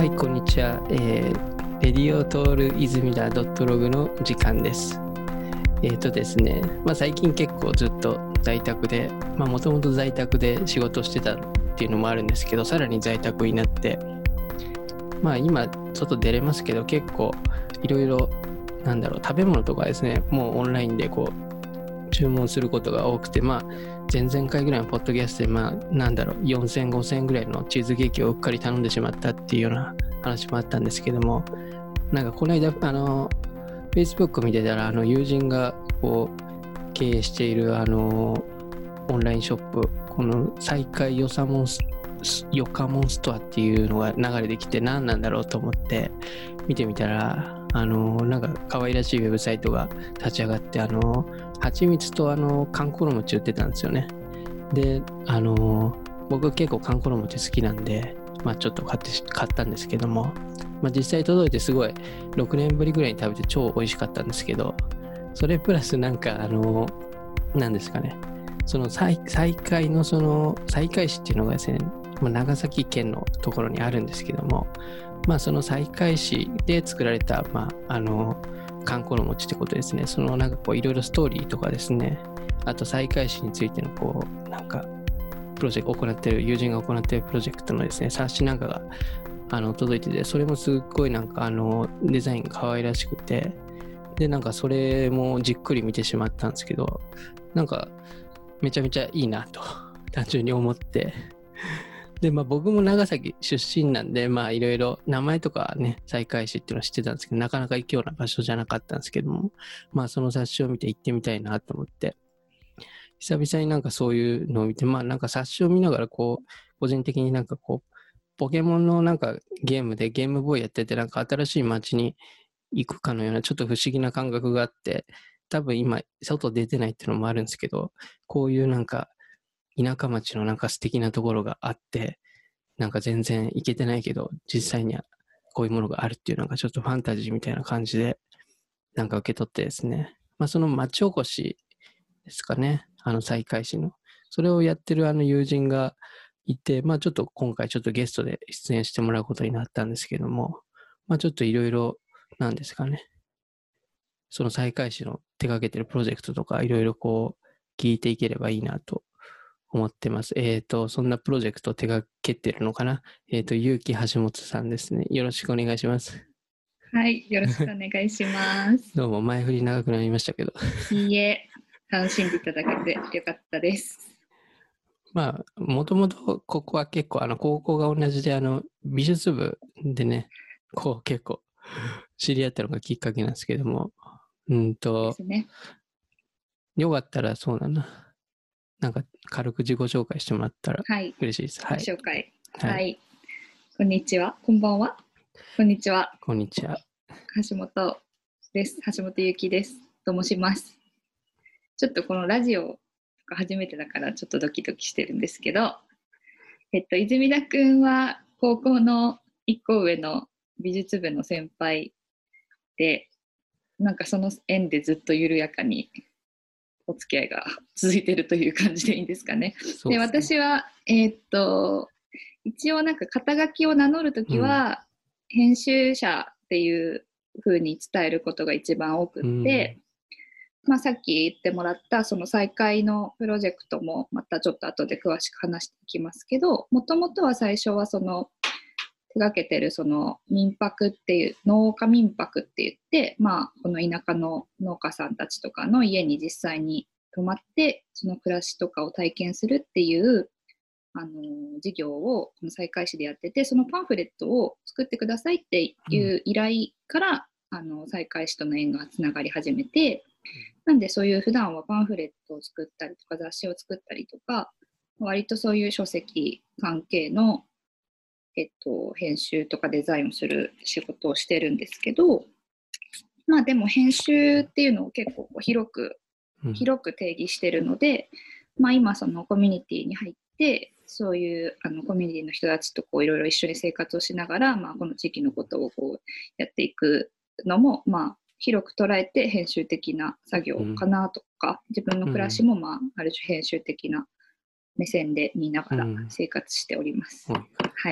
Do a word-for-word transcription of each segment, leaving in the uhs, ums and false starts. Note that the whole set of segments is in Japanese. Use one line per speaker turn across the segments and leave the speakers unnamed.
はい、こんにちは。えー、レディオトール泉田 .log の時間です。えっ、ー、とですね、まあ、最近結構ずっと在宅で、まあもともと在宅で仕事してたっていうのもあるんですけど、さらに在宅になって、まあ今外出れますけど、結構いろいろなんだろう、食べ物とかですね、もうオンラインでこう注文することが多くて、まあ前々回ぐらいのポッドキャストで、まあなんだろう、よんせん、ごせんぐらいのチーズケーキをうっかり頼んでしまったっていうような話もあったんですけども、なんかこの間あの Facebook 見てたら、あの友人がこう経営しているあのオンラインショップ、この再開よさもんよかもんストアっていうのが流れてきて、何なんだろうと思って見てみたら、あのなんか可愛らしいウェブサイトが立ち上がって、あの蜂蜜とあのかんころ餅売ってたんですよね。で、あの僕結構かんころ餅好きなんで、まあちょっと買って買ったんですけども、まあ実際届いてすごいろくねんぶりぐらいに食べて超美味しかったんですけど、それプラスなんかあのなんですかね、その 再, 再開のその再開市っていうのがですね、まあ、長崎県のところにあるんですけども、まあその再開市で作られたまああのかんころ餅ってことですね。そのなんかこういろいろストーリーとかですね、あと再開市についてのこうなんかプロジェクトを行っている友人が行っているプロジェクトのですね冊子なんかがあの届いてて、それもすっごいなんかあのデザインが可愛らしくて、でなんかそれもじっくり見てしまったんですけど、なんかめちゃめちゃいいなと単純に思って、でまあ僕も長崎出身なんで、まあいろいろ名前とかね再開市っていうのは知ってたんですけど、なかなか行くような場所じゃなかったんですけども、まあその冊子を見て行ってみたいなと思って、久々になんかそういうのを見て、まあなんか冊子を見ながらこう個人的になんかこうポケモンのなんかゲームでゲームボーイやってて、なんか新しい街に行くかのようなちょっと不思議な感覚があって、多分今外出てないっていうのもあるんですけど、こういうなんか田舎町のなんか素敵なところがあって、なんか全然行けてないけど実際にはこういうものがあるっていう、なんかちょっとファンタジーみたいな感じでなんか受け取ってですね、まあその町おこしですかね、あの再開市のそれをやってるあの友人がいて、まあちょっと今回ちょっとゲストで出演してもらうことになったんですけども、まあちょっといろいろなんですかね、その再開市の手掛けてるプロジェクトとかいろいろこう聞いていければいいなと思ってます。えっ、ー、と、そんなプロジェクトを手掛けてるのかな、えっ、ー、と、ゆうき橋本さんですね。よろしくお願いします。
はい、よろしくお願いします。
どうも前振り長くなりましたけど。
いいえ、楽しんでいただけてよかったです。
まあ、もともとここは結構あの高校が同じで、あの美術部でね、こう結構知り合ったのがきっかけなんですけども、うんと、
ですね。
よかったらそうだな、なんか軽く自己紹介してもらったら嬉しいです。はい。
紹介。
はい。
はい。こんにちは。こんばんは。こんにちは。
こんにちは。
橋本です。橋本ゆきです。と申します。ちょっとこのラジオとか初めてだからちょっとドキドキしてるんですけど、えっと、泉田くんは高校のいっこ上の美術部の先輩で、なんかその縁でずっと緩やかにお付き合いが続いているという感じでいいんですかね。で、私は、えー、っと、一応なんか肩書きを名乗るときは、うん、編集者っていう風に伝えることが一番多くって、うん、まあ、さっき言ってもらったその再開のプロジェクトもまたちょっと後で詳しく話していきますけど、もともとは最初はその手掛けてるその民泊っていう、農家民泊って言って、まあ、この田舎の農家さんたちとかの家に実際に泊まってその暮らしとかを体験するっていうあの事業をこの西海市でやってて、そのパンフレットを作ってくださいっていう依頼から、うん、あの西海市との縁がつながり始めて、なんでそういう普段はパンフレットを作ったりとか雑誌を作ったりとか、割とそういう書籍関係のえっと、編集とかデザインをする仕事をしてるんですけど、まあでも編集っていうのを結構広く、広く定義してるので、まあ今そのコミュニティに入って、そういうあのコミュニティの人たちとこういろいろ一緒に生活をしながら、まあこの地域のことをこうやっていくのも、まあ広く捉えて編集的な作業かなとか、自分の暮らしもまあある種編集的な目線で見ながら生活しております。うん、はい。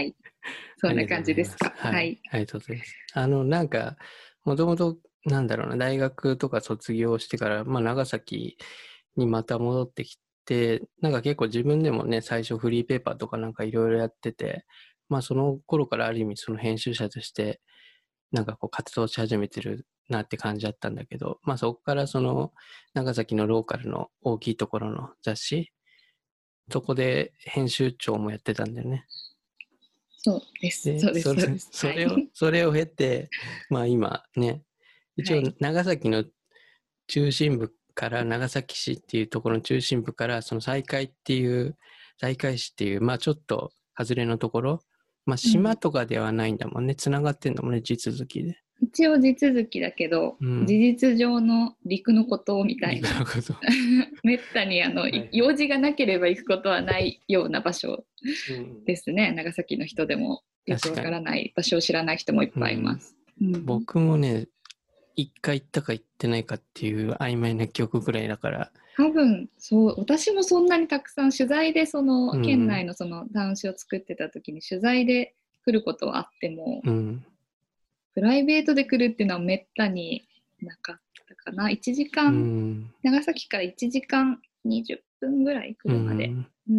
そんな感じですか。
はい、
はい。
ありがとうございます。あの、なんか、もともと、なんだろうな、大学とか卒業してから、まあ、長崎にまた戻ってきて、なんか結構自分でもね、最初フリーペーパーとかなんかいろいろやってて、まあ、その頃からある意味その編集者として、なんかこう活動し始めてるなって感じだったんだけど、まあそこからその長崎のローカルの大きいところの雑誌、そこで編集長もやってたんだよね。
そうです。
で、
そうです。
それ、
そうです。はい。
それを、それを経て、まあ今ね、一応
はい。
長崎の中心部から長崎市っていうところの中心部からその西海っていう、西海市っていう、まあちょっと外れのところ、まあ島とかではないんだもんね。つながってんだもんね、地続きで。
一応地続きだけど、
うん。
事実上の陸の孤島みたいな、
陸のこと。
めったにあの、
はいはい。
用事がなければ行くことはないような場所
うん。
ですね。長崎の人でもよくわか
確かに。
らない場所を知らない人もいっぱいいま
うん。
す。うん、
僕もね、一回行ったか行ってないかっていう曖昧な記憶ぐらいだから。
多分そう、私もそんなにたくさん取材でその
うん。
県内のその男子を作ってた時に取材で来ることはあっても、
うん。
プライベートで来るっていうのはめったになかったかな。いちじか
う
ん、
ん。
長崎からいちじかんにじゅっぷんぐらい
う
車で。
ん。
うん。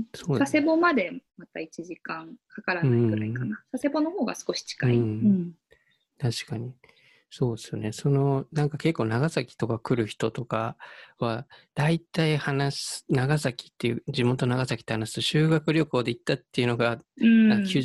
そうだね。
佐世保までまたいちじかんかから
う
ないぐらいか
ん。
な。佐世保の方が少し
う
近い。う
ん。
ん。
確かに。そうですよね。その、なんか結構長崎とか来る人とかは、大体話す、長崎っていう、地元長崎って話すと、修学旅行で行ったっていうのが、
うん。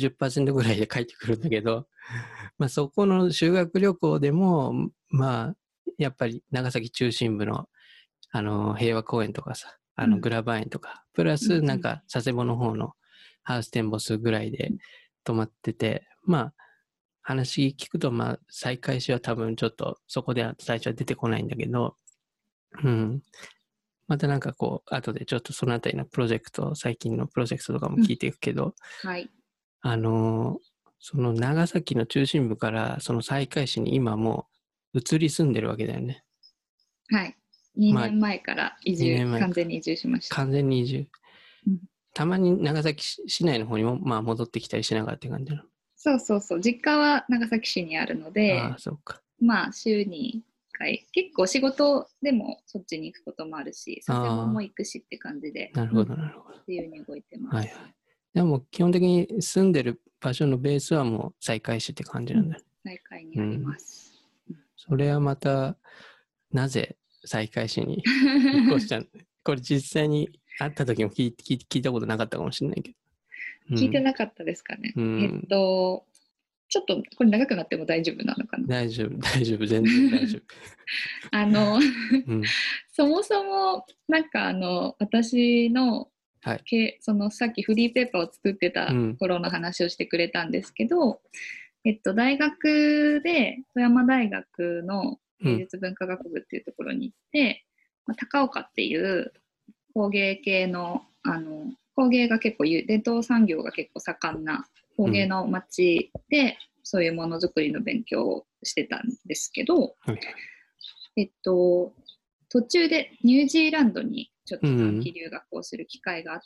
きゅうじゅっパーセントぐらいで帰ってくるんだけど、まあそこの修学旅行でも、まあ、やっぱり長崎中心部の、あの、平和公園とかさ、あの、
うん。
グラバー園とか、プラス、
うん。うん。
なんか、佐世保の方のハウステンボスぐらいで泊まってて、まあ、話聞くと、まあ、再開始は多分ちょっとそこでは最初は出てこないんだけど、うん。またなんかこう、後でちょっとそのあたりのプロジェクト、最近のプロジェクトとかも
うん。
聞いていくけど、
はい。
あの、その長崎の中心部からその西海市に今もう移り住んでるわけだよね。
はい。2
まあ、
年前から移住、
にねんまえか。
完全に移住しました。
完全に移住。
うん、
たまに長崎市内の方にもまあ戻ってきたりしながらって感じなの。
そうそうそう。実家は長崎市にあるので、
ああ、そうか。
まあ、週にいっかい、結構仕事でもそっちに行くこともあるし、佐世保も
あ
行くしって感じで、
あ、なる
うん、
ほど、なるほど。
自由に動いてます。
はいはい。でも基本的に住んでる場所のベースはもう西海市って感じ
うん、
なんだね。
再開にありま
うん。
す。うん、
それはまた、なぜ西海市に引っ越したの？これ実際に会った時も聞い聞い聞いたことなかったかもしれないけど。う
聞いて
ん。
なかったですかね。えっ
うん。
と、ちょっとこれ長くなっても大丈夫なのかな。
大丈夫、大丈夫、全然大丈夫。
あの、
うん。
そもそも、なんかあの、私の、
はい。
けそのさっきフリーペーパーを作ってた
うん。
頃の話をしてくれたんですけど、えっと、大学で富山大学の芸
うん。
術文化学部っていうところに行って、まあ、高岡っていう工芸系の、あの工芸が結構伝統産業が結構盛んな工
うん。
芸の町でそういうものづくりの勉強をしてたんですけど、
はい。
えっと、途中でニュージーランドにちょっ
う
と短期
ん。
留学をする機会があって、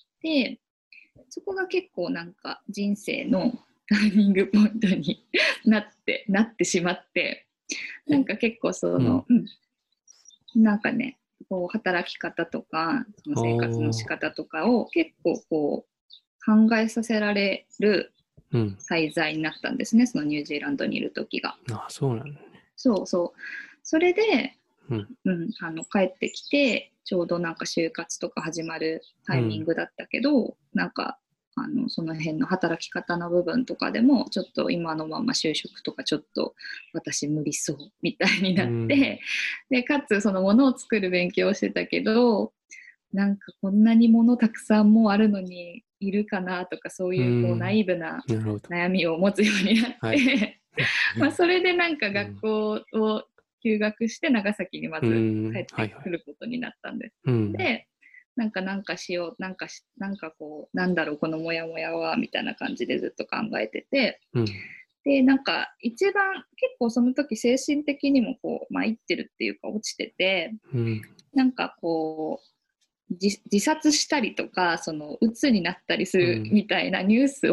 そこが結構なんか人生のターニングポイントになってなってしまって、なんか結構その、
うん。
うん、なんかね、こう働き方とかその生活の仕
おー。
方とかを結構こう考えさせられる
うん。
滞在になったんですね、そのニュージーランドにいる時が。
あ、そうなんだね。
そうそう。それで、
うん。
うん、あの帰ってきてちょうどなんか就活とか始まるタイミン
うん。
グだったけど、なんかあのその辺の働き方の部分とかでもちょっと今のまま就職とかちょっと私無理そうみたいに
う
なっ
ん。
て、でかつそのものを作る勉強をしてたけど、なんかこんなにものたくさんもうあるのにいるかなとか、そう
う
いうこうナ
ん。
イーブな
なるほど。
悩みを持つようになっ
はい。
てまあそれでなんか学
うん。
校を休学して長崎にま
う
ず帰
ん。
って
はいはい。
くることになったんです。
うん。
で、なんかなんかしよう、なんかし、なんかこう、なんだろう、このモヤモヤは、みたいな感じでずっと考えてて、
うん。
で、なんか一番結構その時精神的にもこう、参ってるっていうか落ちてて、
うん。
なんかこう、自自殺したりとか、その鬱になったりする
うん。
みたいなニュースを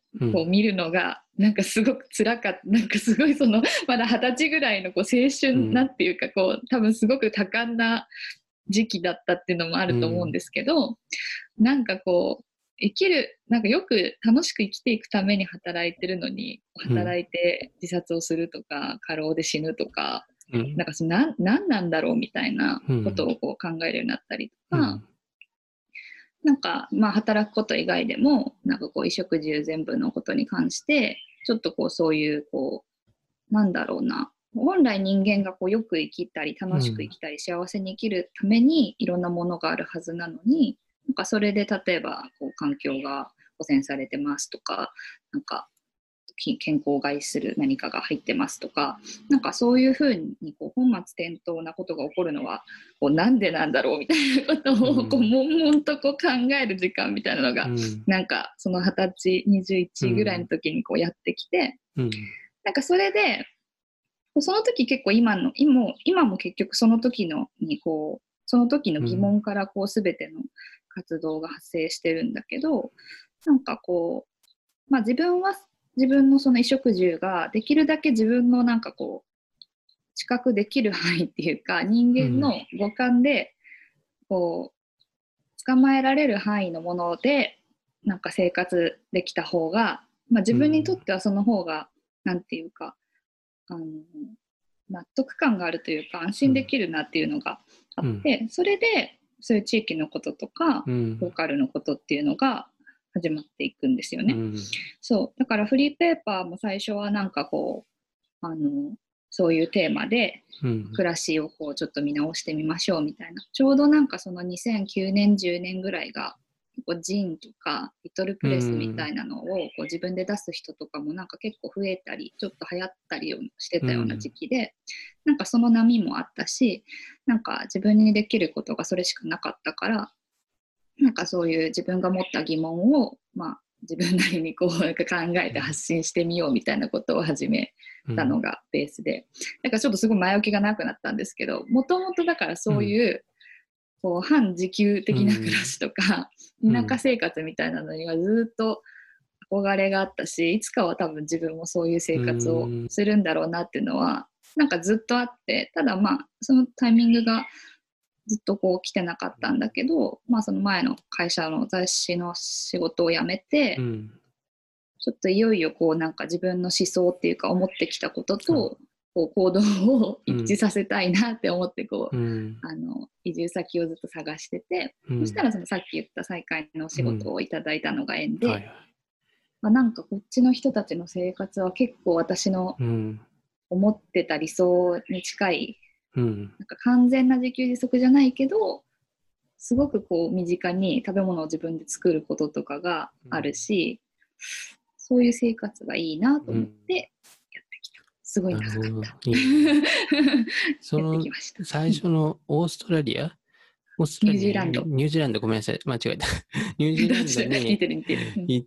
こう見るのがなんかすごく辛かった。なんかすごいそのまだ二十歳ぐらいのこう青春なっていうか、こう多分すごく多感な時期だったっていうのもあると思うんですけど、なんかこう生きる、なんかよく楽しく生きていくために働いてるのに、働いて自殺をするとか過労で死ぬとか、なんかそのな何なんだろうみたいなことをこう考えるようになったりとか、なんかまあ働くこと以外でもなんかこう衣食住全部のことに関してちょっとこうそういうこうなんだろうな、本来人間がこうよく生きたり楽しく生きたり幸せに生きるためにいろんなものがあるはずなのに、なんかそれで例えばこう環境が汚染されてますとか、なんか健康を害する何かが入ってますとか、なんかそういうふうにこう本末転倒なことが起こるのはこうなんでなんだろうみたいなことをこう悶々とこう考える時間みたいなのが、うん、なんかそのはたちにじゅういちぐらいの時にこうやってきて、うん、なんかそれでその時結構今の今も今も結局その時のにこうその時の疑問からこう全ての活動が発生してるんだけど、なんかこう、まあ、自分は自分のその衣食住ができるだけ自分のなんかこう知覚できる範囲っていうか、人間の五感でこう捕まえられる範囲のものでなんか生活できた方が、まあ、自分にとってはその方がなんていうか、あの納得感があるというか安心できるなっていうのがあって、それでそういう地域のこととかローカルのことっていうのが始まっていくんですよね、うん、そうだからフリーペーパーも最初はなんかこうあのそういうテーマで暮らしをこうちょっと見直してみましょうみたいな、ちょうどなんかそのにせんきゅうねんじゅうねんぐらいが結構ジンとかリトルプレスみたいなのをこう自分で出す人とかもなんか結構増えたりちょっと流行ったりしてたような時期で、なんかその波もあったし、なんか自分にできることがそれしかなかったから、なんかそういう自分が持った疑問を、まあ、自分なりにこうなんか考えて発信してみようみたいなことを始めたのがベースで、だからちょっとすごい前置きがなくなったんですけど、もともとだからそういう、こう反自給的な暮らしとか、うん、田舎生活みたいなのにはずっと憧れがあったし、いつかは多分自分もそういう生活をするんだろうなっていうのはなんかずっとあって、ただまあそのタイミングがずっとこう来てなかったんだけど、まあ、その前の会社の雑誌の仕事を辞めて、うん、ちょっといよいよこうなんか自分の思想っていうか思ってきたことと、こう行動を一致させたいなって思ってこう、うん、あの移住先をずっと探してて、うん、そしたらそのさっき言った再開の仕事をいただいたのが縁で、うんはいまあ、なんかこっちの人たちの生活は結構私の思ってた理想に近い、うん、なんか完全な自給自足じゃないけどすごくこう身近に食べ物を自分で作ることとかがあるし、うん、そういう生活がいいなと思ってやってきた、うん、すごい長かった
いいその最初のオーストラリアオーストラリア
ニュージーランド
ニュージーランドごめんなさい間違えたニュージーランドに
似てる似てる
行って、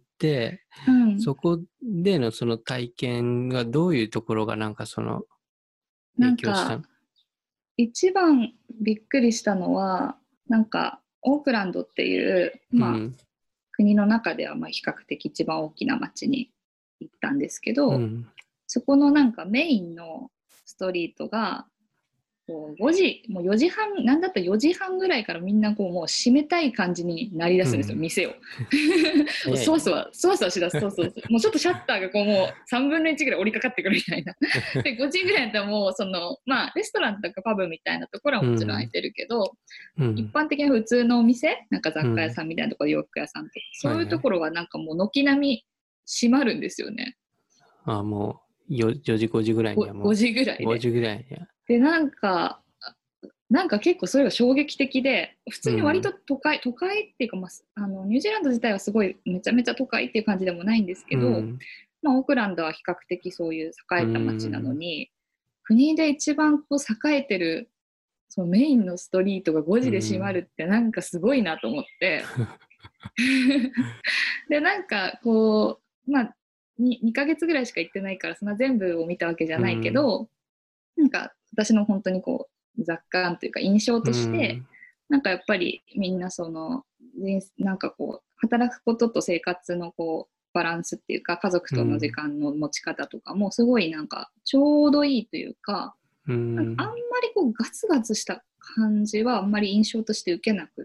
うん、そこでのその体験がどういうところがなんかその影響したの？
なんか一番びっくりしたのはなんかオークランドっていう、まあうん、国の中ではまあ比較的一番大きな町に行ったんですけど、うん、そこのなんかメインのストリートがこうごじもうよじはんなんだったらよじはんぐらいからみんなこうもう閉めたい感じになりだすんですよ、うん、店をそわそわそわそわしだすそうそうそうもうちょっとシャッターがこうもうさんぶんのいちぐらい折りかかってくるみたいなでごじぐらいだったらもうそのまあレストランとかパブみたいなところはもちろん開いてるけど、うん、一般的な普通のお店なんか雑貨屋さんみたいなところ、うん、洋服屋さんとかそういうところはなんかもう軒並み閉まるんですよね。
ああもう よ, よじごじぐらいにはもう
ごじぐらいで
ごじぐらいには
でなんかなんか結構それが衝撃的で、普通に割と都会、うん、都会っていうか、まあ、あのニュージーランド自体はすごいめちゃめちゃ都会っていう感じでもないんですけど、うん、まあ、オークランドは比較的そういう栄えた街なのに、うん、国で一番こう栄えてるそのメインのストリートがごじで閉まるってなんかすごいなと思って、でなんかこう、まあ、に, にかげつぐらいしか行ってないからそんな全部を見たわけじゃないけど、なんか私の本当にこう雑感というか印象として、うん、なんかやっぱりみんなそのなんかこう働くことと生活のこバランスっていうか家族との時間の持ち方とかもすごいなんかちょうどいいというか、
うん、
なんかあんまりこうガツガツした感じはあんまり印象として受けなくって、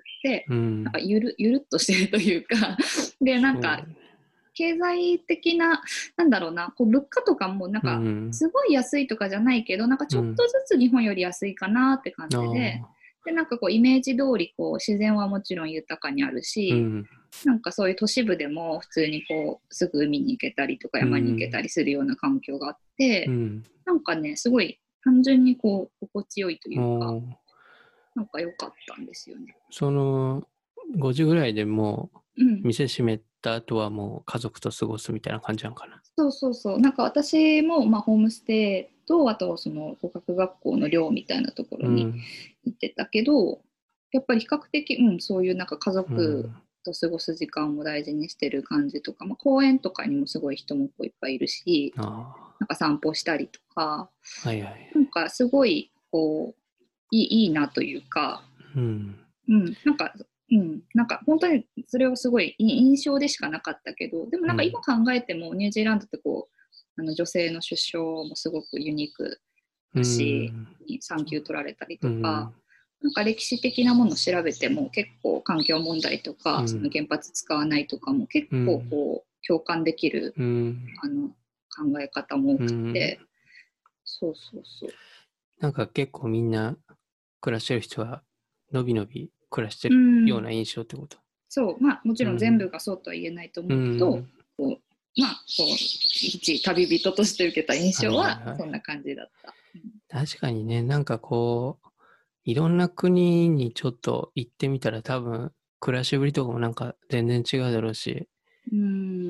うん、
なんかゆるゆるっとしてるというかでなんか経済的ななんだろうな、こう物価とかもなんかすごい安いとかじゃないけど、なんかちょっとずつ日本より安いかなって感じで、でなんかこうイメージ通りこう自然はもちろん豊かにあるし、うん、なんかそういう都市部でも普通にこうすぐ海に行けたりとか山に行けたりするような環境があって、うん、なんかねすごい単純にこう心地よいというか、なんか良かったんですよね。
そのごじぐらいでもう店閉めた後はもう家族と過ごすみたいな感じなのかな。
そうそうそう。なんか私もまあホームステイとあとその語学学校の寮みたいなところに行ってたけど、うん、やっぱり比較的、うん、そういうなんか家族と過ごす時間を大事にしてる感じとか、まあ、公園とかにもすごい人もいっぱいいるし、なんか散歩したりとか、
はいはい、
なんかすごいこういい、いいなというか、
うん
うん、なんかうん、なんか本当にそれはすごい印象でしかなかったけど、でもなんか今考えてもニュージーランドってこうあの女性の首相もすごくユニークだし、うん、産休取られたりとか、うん、なんか歴史的なものを調べても結構環境問題とか、うん、その原発使わないとかも結構こう共感できる、うん、あの考え方も多くて、うん、そうそうそう。
なんか結構みんな暮らしてる人はのびのび暮らしてるような印象ってこと、うん、
そう、まあもちろん全部がそうとは言えないと思うけど、うん、こうまあこう一旅人として受けた印象はそんな感じだった、はい
はいはい、確かにね、なんかこういろんな国にちょっと行ってみたら多分暮らしぶりとかもなんか全然違うだろうし、
うん、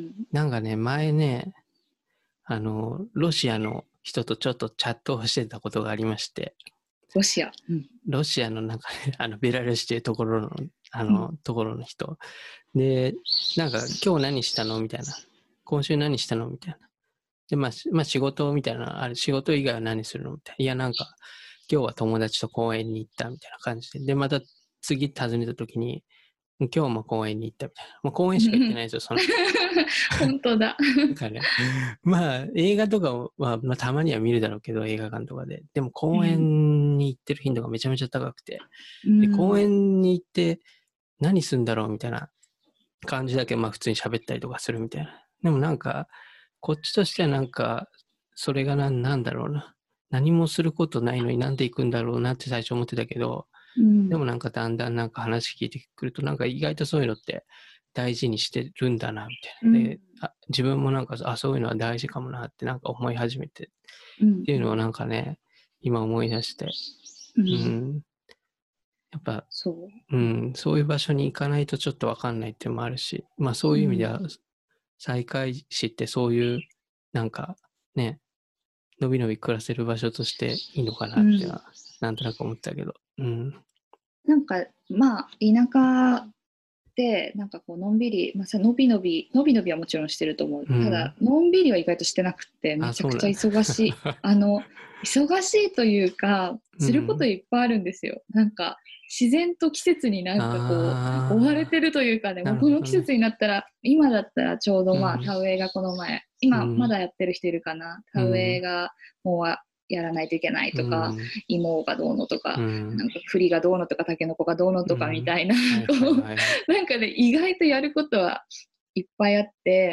なんかね前ねあのロシアの人とちょっとチャットをしてたことがありまして、
ロシア、うん、
ロシアのなんかね、あのベラルーシっていうところのあの、うん、ところの人で、なんか今日何したのみたいな、今週何したのみたいな、でまあ、まあ仕事みたいな、あれ仕事以外は何するのみたいな、いやなんか今日は友達と公園に行ったみたいな感じで、でまた次訪ねた時に今日も公園に行ったみたいな。もう公園しか行ってないんですよ、その。
本当だ。
なんかね、まあ映画とかは、まあ、たまには見るだろうけど、映画館とかで。でも公園に行ってる頻度がめちゃめちゃ高くて。うん、で公園に行って何するんだろうみたいな感じだけ、まあ普通に喋ったりとかするみたいな。でもなんか、こっちとしてはなんか、それがな、なんだろうな。何もすることないのになんで行くんだろうなって最初思ってたけど、うん、でもなんかだんだんなんか話聞いてくるとなんか意外とそういうのって大事にしてるんだなみたいな、うん、であ自分もなんかあそういうのは大事かもなってなんか思い始めて、うん、っていうのをなんかね今思い出して、うんうん、やっぱそう、うん、そういう場所に行かないとちょっと分かんないっていうのもあるし、まあそういう意味では西海市ってそういうなんかねのびのび暮らせる場所としていいのかなっては、なんとなく思ったけど、うん、
なんかまあ田舎でなんかこうのんびり、まあ、のびのびのびのびはもちろんしてると思う、うん、ただのんびりは意外としてなくてめちゃくちゃ忙しい あ, あの忙しいというかすることいっぱいあるんですよ、うん、なんか自然と季節になんかこう追われてるというかね、もうこの季節になったら、今だったらちょうどまあ、うん、田植えがこの前今まだやってる人いるかな、うん、田植えがもうやらないといけないとか、うん、芋がどうのとか、うん、なんか栗がどうのとかタケノコがどうのとかみたいな、なんかね意外とやることはいっぱいあって、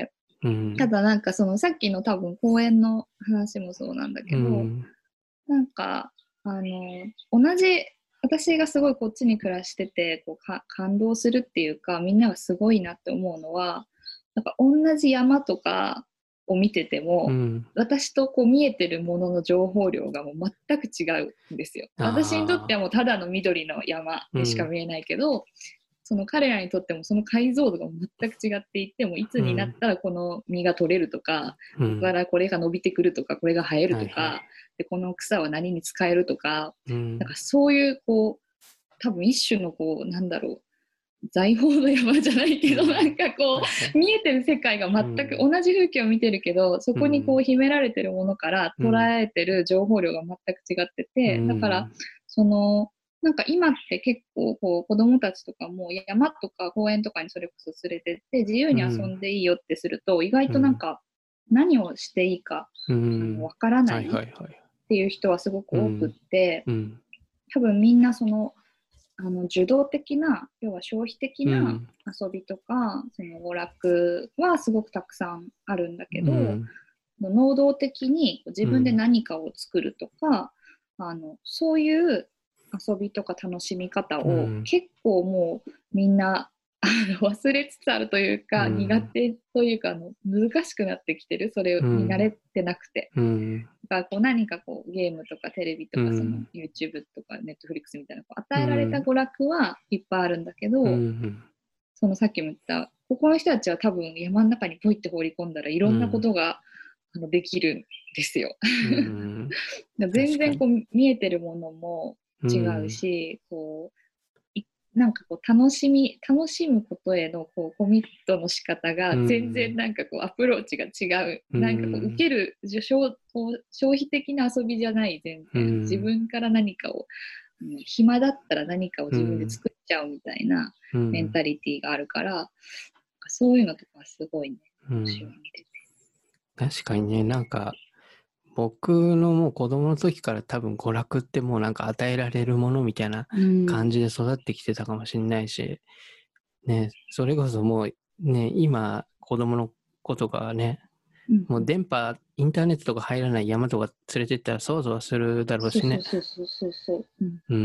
うん、ただなんかそのさっきの多分公園の話もそうなんだけど、うん、なんかあの同じ私がすごいこっちに暮らしててこうか感動するっていうかみんながすごいなって思うのはなんか同じ山とかを見てても、うん、私とこう見えてるものの情報量がもう全く違うんですよ。私にとってはもうただの緑の山でしか見えないけど、うん、その彼らにとってもその解像度が全く違っていてもいつになったらこの実が取れるとか、うん、ここからこれが伸びてくるとかこれが生えるとか、はいはい、でこの草は何に使えるとか、うん、なんかそういうこう多分一種のこうなんだろう財宝の山じゃないけど、うん、なんかこう、はい、見えてる世界が全く同じ風景を見てるけど、うん、そこにこう秘められてるものから捉えてる情報量が全く違ってて、うん、だからそのなんか今って結構こう子供たちとかも山とか公園とかにそれこそ連れてって自由に遊んでいいよってすると、意外となんか何をしていいか、
う
あ
ん、
の分からな
はいいはいはい。
っていう人はすごく多くって、
うん
多分みんなそのあの受動的な、要は消費的な
うん
遊びとか、その娯楽はすごくたくさんあるんだけど、
うん
能動的に自分で
うん
何かを作るとか、あのそういう遊びとか楽しみ方を
うん
結構もうみんなあの忘れつつあるというか、
うん
苦手というかあの難しくなってきてる、それに慣れてなくて。
うん
だからこう何かこうゲームとかテレビと
う
かその
ん
YouTube とか Netflix みたいなこう
う
与えられた
ん
娯楽はいっぱいあるんだけど、
うん
そのさっきも言ったここの人たちは多分山の中にポイって放り込んだらいろんなことが、あのできるんですよ。
うん
全然こ
確かに。
う見えてるものも
う
違うんし、こういなんかこう楽しみ楽しむことへのこうコミットの仕方が全然なんかこうアプローチが違う、
うん
なんかこう受ける受賞こう消費的な遊びじゃない、全
う
然
ん
自分から何かを、うん、暇だったら何かを
う
自分で
ん
作っちゃうみたいな
うん
メンタリティーがあるから、そういうのとかすごいね
う
面白い
ん
見てて。
確かにね、なんか僕のもう子供の時から多分娯楽ってもうなんか与えられるものみたいな感じで育ってきてたかもしれないし、ね、それこそもうね、今子供の子とかはね、
うん、
もう電波、インターネットとか入らない山とか連れてったらそわそわするだろう
そうそう
しね。
そうそうそうそう、うん、
うん。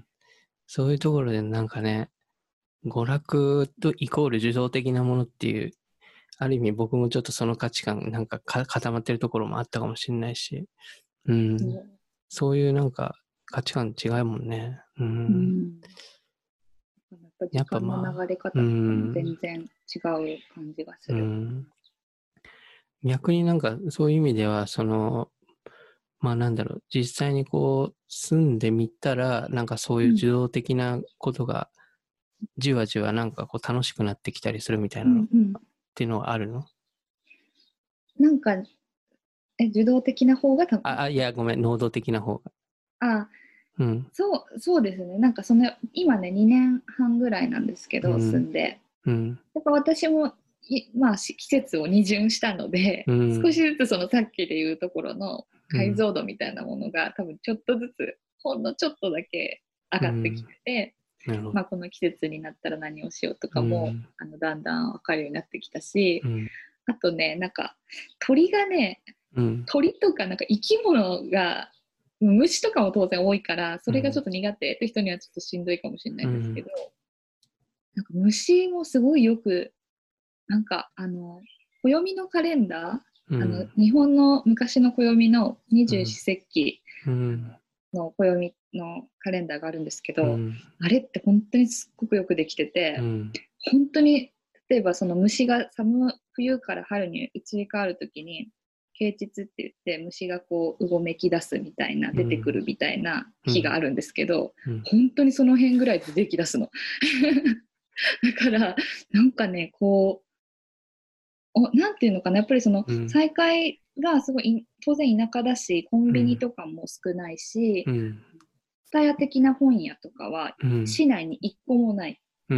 そういうところでなんかね、娯楽とイコール受動的なものっていう、ある意味僕もちょっとその価値観なんかか固まってるところもあったかもしれないし、うん。
そう、
そういうなんか価値観違うもんね。う。
うんん、やっぱ
やっぱ
時間の
まあ、
流れ
う
方とかも全
ん。
然違う感じがす
う
る。
ん。逆になんかそういう意味では、その、まあなんだろう、実際にこう住んでみたら、なんかそういう受動的なことがじわじわなんかこう楽しくなってきたりするみたいなのっ
うんうん、
ていうのはあるの？
なんかえ受動的な方がた
あ、あ、いや、ごめん、能動的な方が。
あ
うん。
そうそうですね、なんかその今ねにねんはんぐらいなんですけど住
うん。
んで、
うん。
やっぱ私もいまあし季節を二巡したので、
うん。
少しずつそのさっきで言うところの
うん
解像度みたいなものが多分ちょっとずつほんのちょっとだけ上がってきてて、
なるほど。
まあ、この季節になったら何をしようとかも、
うん。
あのだんだん分かるようになってきたし、
うん。
あとねなんか鳥がね
うん。
鳥とかなんか生き物が虫とかも当然多いからそれがちょっと苦手って人にはちょっとしんどいかもしれないんですけど、なんか虫もすごいよくなんかあの暦のカレンダー、
うん。
あの日本の昔の暦の二十四節気
うん。
の暦のカレンダーがあるんですけど、
うん。
あれって本当にすっごくよくできてて、
うん。
本当に例えばその虫が寒冬から春に移り変わるときに啓蟄って言って虫がこううごめき出すみたいな、出てくるみたいな日があるんですけど、
うん。
本当にその辺ぐらいで出てき出すのだからなんかねこうおなんていうのかな、やっぱりその
うん。
再開がすごい当然田舎だしコンビニとかも少ないし、
うん。
蔦屋的な本屋とかは
うん。
市内にいっこもない。
うん。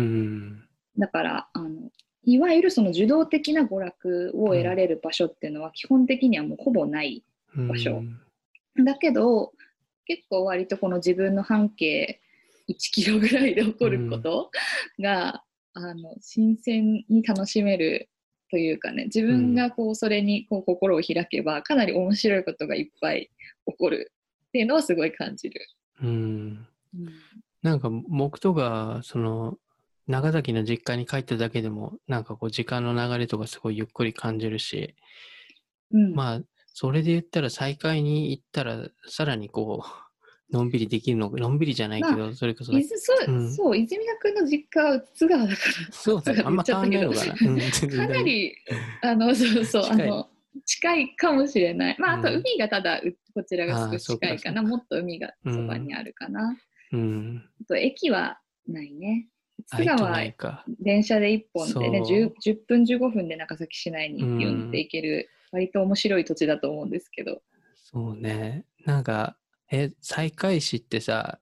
だからあのいわゆるその受動的な娯楽を得られる場所っていうのは基本的にはもうほぼない場所、だけど結構割とこの自分の半径いちキロぐらいで起こることが、うん、あの新鮮に楽しめるというかね、自分がこうそれにこう心を開けばかなり面白いことがいっぱい起こるっていうのはすごい感じる。
うん。うん、なんか僕とかその長崎の実家に帰っただけでもなんかこう時間の流れとかすごいゆっくり感じるし、うん、まあそれで言ったら再会に行ったらさらにこうのんびりできるののんびりじゃないけど、まあ、それこそ
いずそう、うん、そう泉田君の実家は津川だから
そうだね、あんま変わんないのかな、うん、
かなりあのそうそうあの近いかもしれない。まああと海がただ、うん、こちらが少し近いかな、もっと海がそばにあるかな、うん、あと駅はないね。津川は電車でいっぽんでね 10, じゅっぷんじゅうごふんで長崎市内にビュンって行ける、うん、割と面白い土地だと思うんですけど。
そうね、なんかえ西海市ってさ、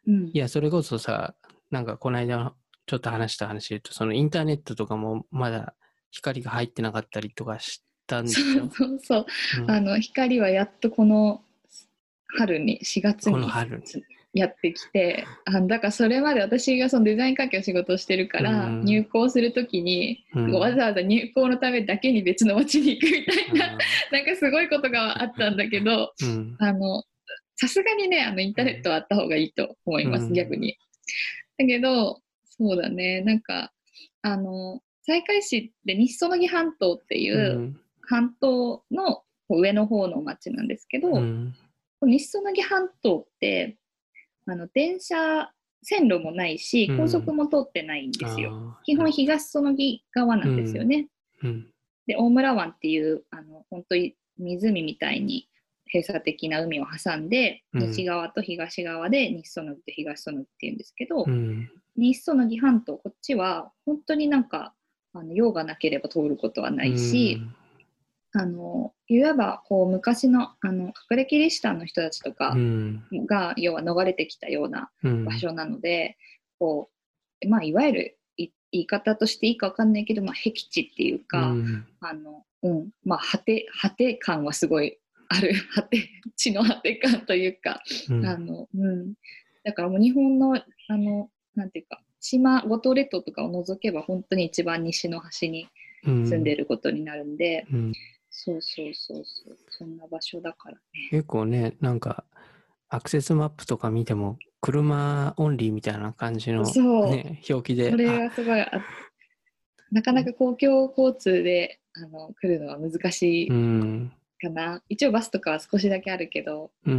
うん
いや、それこそさ、なんかこの間ちょっと話した話で言うと、そのインターネットとかもまだ光が入ってなかったりとかしたんでしょ。
そうそうそう。
うん、
あの光はやっとこの春にしがつ
この
に
春に。
やってきて、あだからそれまで私がそのデザイン関係の仕事をしてるか
う
ら、
ん、
入校するときに、
うん、
わざわざ入校のためだけに別の町に行くみたいな、
あ
なんかすごいことがあったんだけど、
ーうん、
あのさすがにね、あのインターネットはあった方がいいと思います、
うん、
逆に。だけど、そうだね、なんか、あの、西海市って日曽木半島っていう
うん、
半島の上の方の町なんですけど、
うん、
日曽木半島ってあの電車線路もないし高速も通ってないんですよ。
あ
基
あ、なるほ
本東曽木側なんですよね。
ど。うん、
で大村湾っていうあの本当に湖みたいに閉鎖的な海を挟んで、
うん、
西側と東側で日曽木と東曽木っていうんですけど、
うん、
日曽木半島こっちは本当になんかあの用がなければ通ることはな
う
いし、
ん、
あのいわばこう昔のあの隠れキリシタンの人たちと
う
か
ん、
が要は逃れてきたような
うん、
場所なので、こうまあ、いわゆるい言い方としていいか分かんないけど、まあ、僻地っていう
う
か、
ん、
あのうんまあ、果て果て感はすごいある果て地の果て感というか、
うん、
あのうん、だからもう日本のあのなんていうか島五島列島とかを除けば本当に一番西の端に
うん、
住んでることになるんで、
うん。
そうそうそうそう、そんな場所だからね。
結構ね、なんか、アクセスマップとか見ても、車オンリーみたいな感じの
そう、
ね、表記で、
それ
あ、
がすごいあ、なかなか公共交通であの来るのは難し
う
い
ん、
かな。一応バスとかは少しだけあるけど、
うん、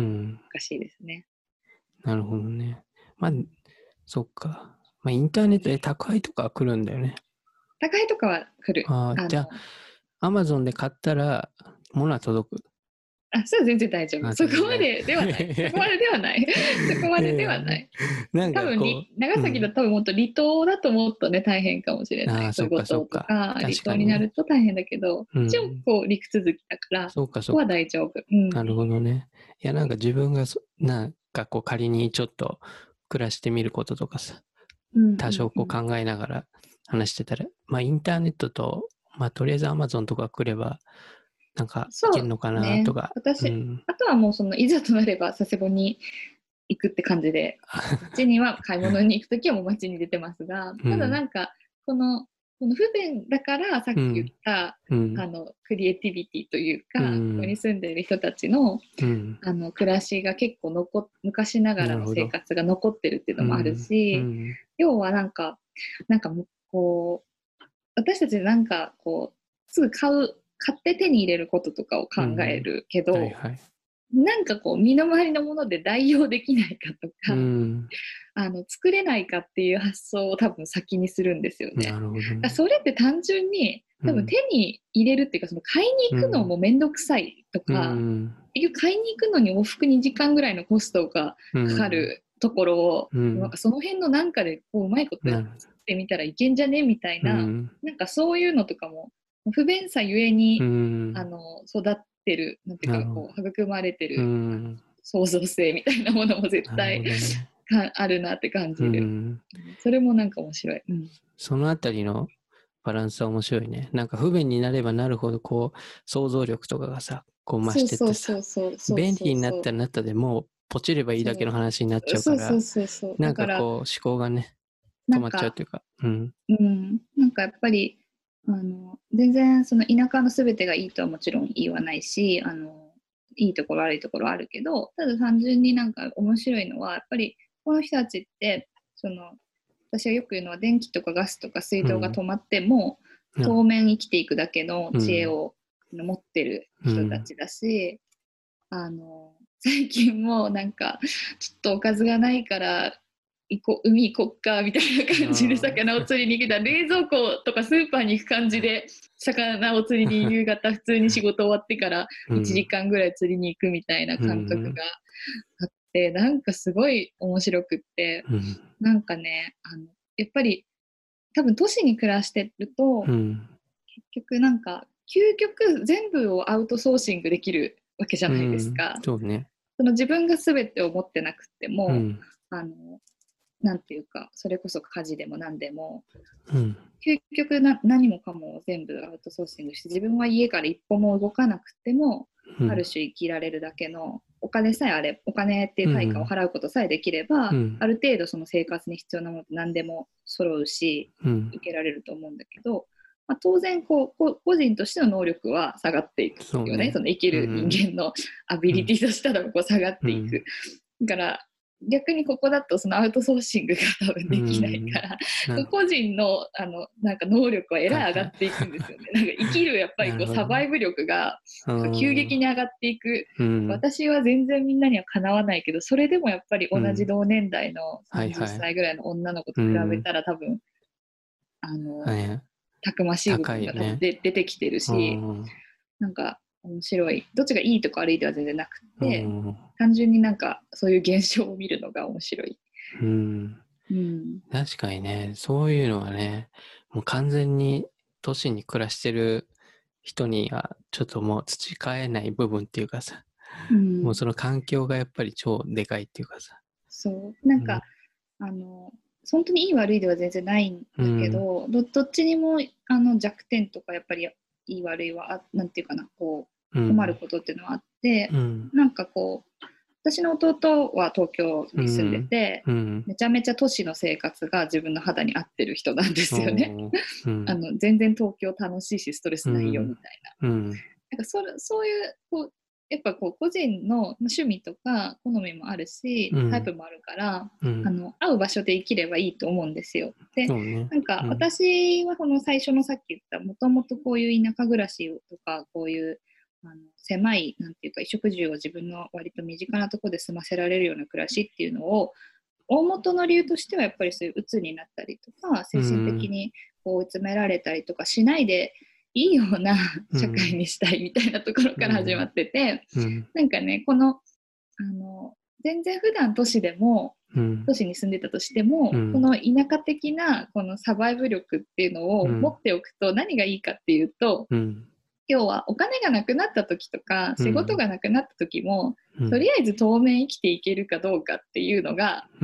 難しいですね。
なるほどね。まあ、
うん、
そっか。まあ、インターネットで宅配とか来るんだよね。
高いとかは来る。
ああ、じゃ
あの
あ、アマゾンで買ったら、物は届く。
あ、それは全然大丈夫。
あ、
そこ
全然大丈
までではない。そこま
夫。
でではない。そこまでではな
え
い。
ー、なん
多分
かこう、
長崎だ
うん。
と多分もっと離島だともっとね大変かもしれない。
ああ、そっ
そう五
かそっか。
島とか離島にな
確かにね。
ると大変だけど、一応
うん。
こう陸続きだから
そっか
ここは
そっか。
大丈夫。うん。
なるほどね。いや、なんか自分がそ、なんかこう仮にちょっと暮らしてみることとかさ、
うんう
多少
んうん。
こう考えながら話してたら、まあインターネットと、まあとりあえずアマゾンとか来れば、なんかい
そう
けんのかなと
ね。
か、う
私、
ん。
あとはもうそのいざとなれば佐世保に行くって感じで、街には買い物に行くときはもう街に出てますが、ただな
うん。
んかこのこの不便だからさっき言っ
うん。
た
うん。
あのクリエイティビティという
う
か、ここに
ん。
住んでいる人たちの
うん。
あの暮らしが結構残昔ながらの
なるほど。
生活が残ってるっていうのもある
うん。う
し、
ん。
要はなんかなんかこう私たちなんかこうすぐ買う買って手に入れることとかを考え
うん。
るけど、
はいはい。
なんかこう身の回りのもので代用できないかと
う
か、
ん。
あの作れないかっていう発想を多分先にするんですよね。
なるほどね。
だそれって単純に多分手
うん。
に入れるっていうか、その買いに行くの
うん。
もめんどくさいと
う
か、
ん。
結局買いに行くのに往復にじかんぐらいのコストが
う
かか
ん。
るところを、
うん。
なんかその辺のなんかでこううまいこと作
なるほど。
ってみたらいけんじゃねみたいな、
うん。
なんかそういうのとかも不便さゆえ
う
にあ
ん。
の育ってる、なんていうか
なるほど。
こう育まれて
う
るあの
ん。
創造性みたいなものも絶
なるほ
対
どね。
かあるなって感
う
じる。
ん。
それもなんか面白い。うん、
そのあたりのバランスは面白いね。なんか不便になればなるほど、こう、想像力とかがさ、こう増し
そうそうそ
てってさ、
うそうそう
便利になっ
そうそう
たらなったでもう、ポチればいいだけの話になっちゃうから、
そうそうそうそう。
なんか
だから
こう、思考がね、止まっちゃう
なんか、
というか、うん。
うん、なんかやっぱりあの全然その田舎のすべてがいいとはもちろん言わないし、あのいいところ悪いところあるけど、ただ単純になんか面白いのはやっぱりこの人たちってその私がよく言うのは電気とかガスとか水道が
うん。
止まっても当面生きていくだけの
うん。
知恵を持ってる
うん。
人たちだし、あの最近もなんかちょっとおかずがないから行こ海行こっかみたいな感じで
あ
魚を釣りに行けたら、冷蔵庫とかスーパーに行く感じで魚を釣りに夕方普通に仕事終わってからいちじかんぐらい釣りに行くみたいな
う
感覚が
ん。
あって、なんかすごい面白くって、
うん。
なんかねあのやっぱり多分都市に暮らしてると
うん。
結局なんか究極全部をアウトソーシングできるわけじゃ
う
ないです
ん。
か。
そうね。
その自分が全てを持ってなくても、
うん。
あのなんていうか、それこそ家事でも何でも、
うん、
究極な何もかも全部アウトソーシングして、自分は家から一歩も動かなくても、
うん、
ある種生きられるだけのお金さえあれ、お金っていう対価を払うことさえできれば、
うん、
ある程度その生活に必要なものって何でも揃うし、
うん、
受けられると思うんだけど、まあ、当然こう個人としての能力は下がっていくよね。
そうね。
その生きる人間のアビリティとしたらこう下がっていく。
うん、
だから逆にここだとそのアウトソーシングが多分できないから、うん、個人のあのなんか能力はえらい上がっていくんですよね。はいはい、なんか生きるやっぱりこうサバイブ力が急激に上がっていく、うん、私は全然みんなにはかなわないけど、それでもやっぱり同じ同年代のさんじゅっさいぐらいの女の子と比べたら多分、あの、はい、たくましい部分が多分で、ね、出てきてるし、なんか面白い、どっちがいいとか悪いでは全然なくて、単純になんかそういう現象を見るのが面白い。
うん、うん、確かにね、そういうのはね、もう完全に都市に暮らしてる人にはちょっともう培えない部分っていうかさ、うん、もうその環境がやっぱり超でかいっていうかさ。
そうなんか、うん、あの本当にいい悪いでは全然ないんだけど、うん、ど, どっちにもあの弱点とかやっぱりいい悪いはあなんていうかなこう困ることっていうのはあって、うん、なんかこう私の弟は東京に住んでて、うんうん、めちゃめちゃ都市の生活が自分の肌に合ってる人なんですよね。うん、あの全然東京楽しいしストレスないよみたいな。うん、なんか そ, そういうこうやっぱこう個人の趣味とか好みもあるし、タイプもあるから、うん、あの会う場所で生きればいいと思うんですよ。で、ね、なんか私はこの最初のさっき言ったもともとこういう田舎暮らしとかこういうあの狭いなんていうか衣食住を自分の割と身近なところで済ませられるような暮らしっていうのを大元の理由としてはやっぱりそういう鬱になったりとか精神的にこう追い詰められたりとかしないでいいような社会にしたいみたいなところから始まってて、うんうん、なんかねこのあの全然普段都市でも、うん、都市に住んでたとしても、うん、この田舎的なこのサバイブ力っていうのを持っておくと何がいいかっていうと、うん、要はお金がなくなった時とか仕事がなくなった時も、うん、とりあえず当面生きていけるかどうかっていうのが、うん、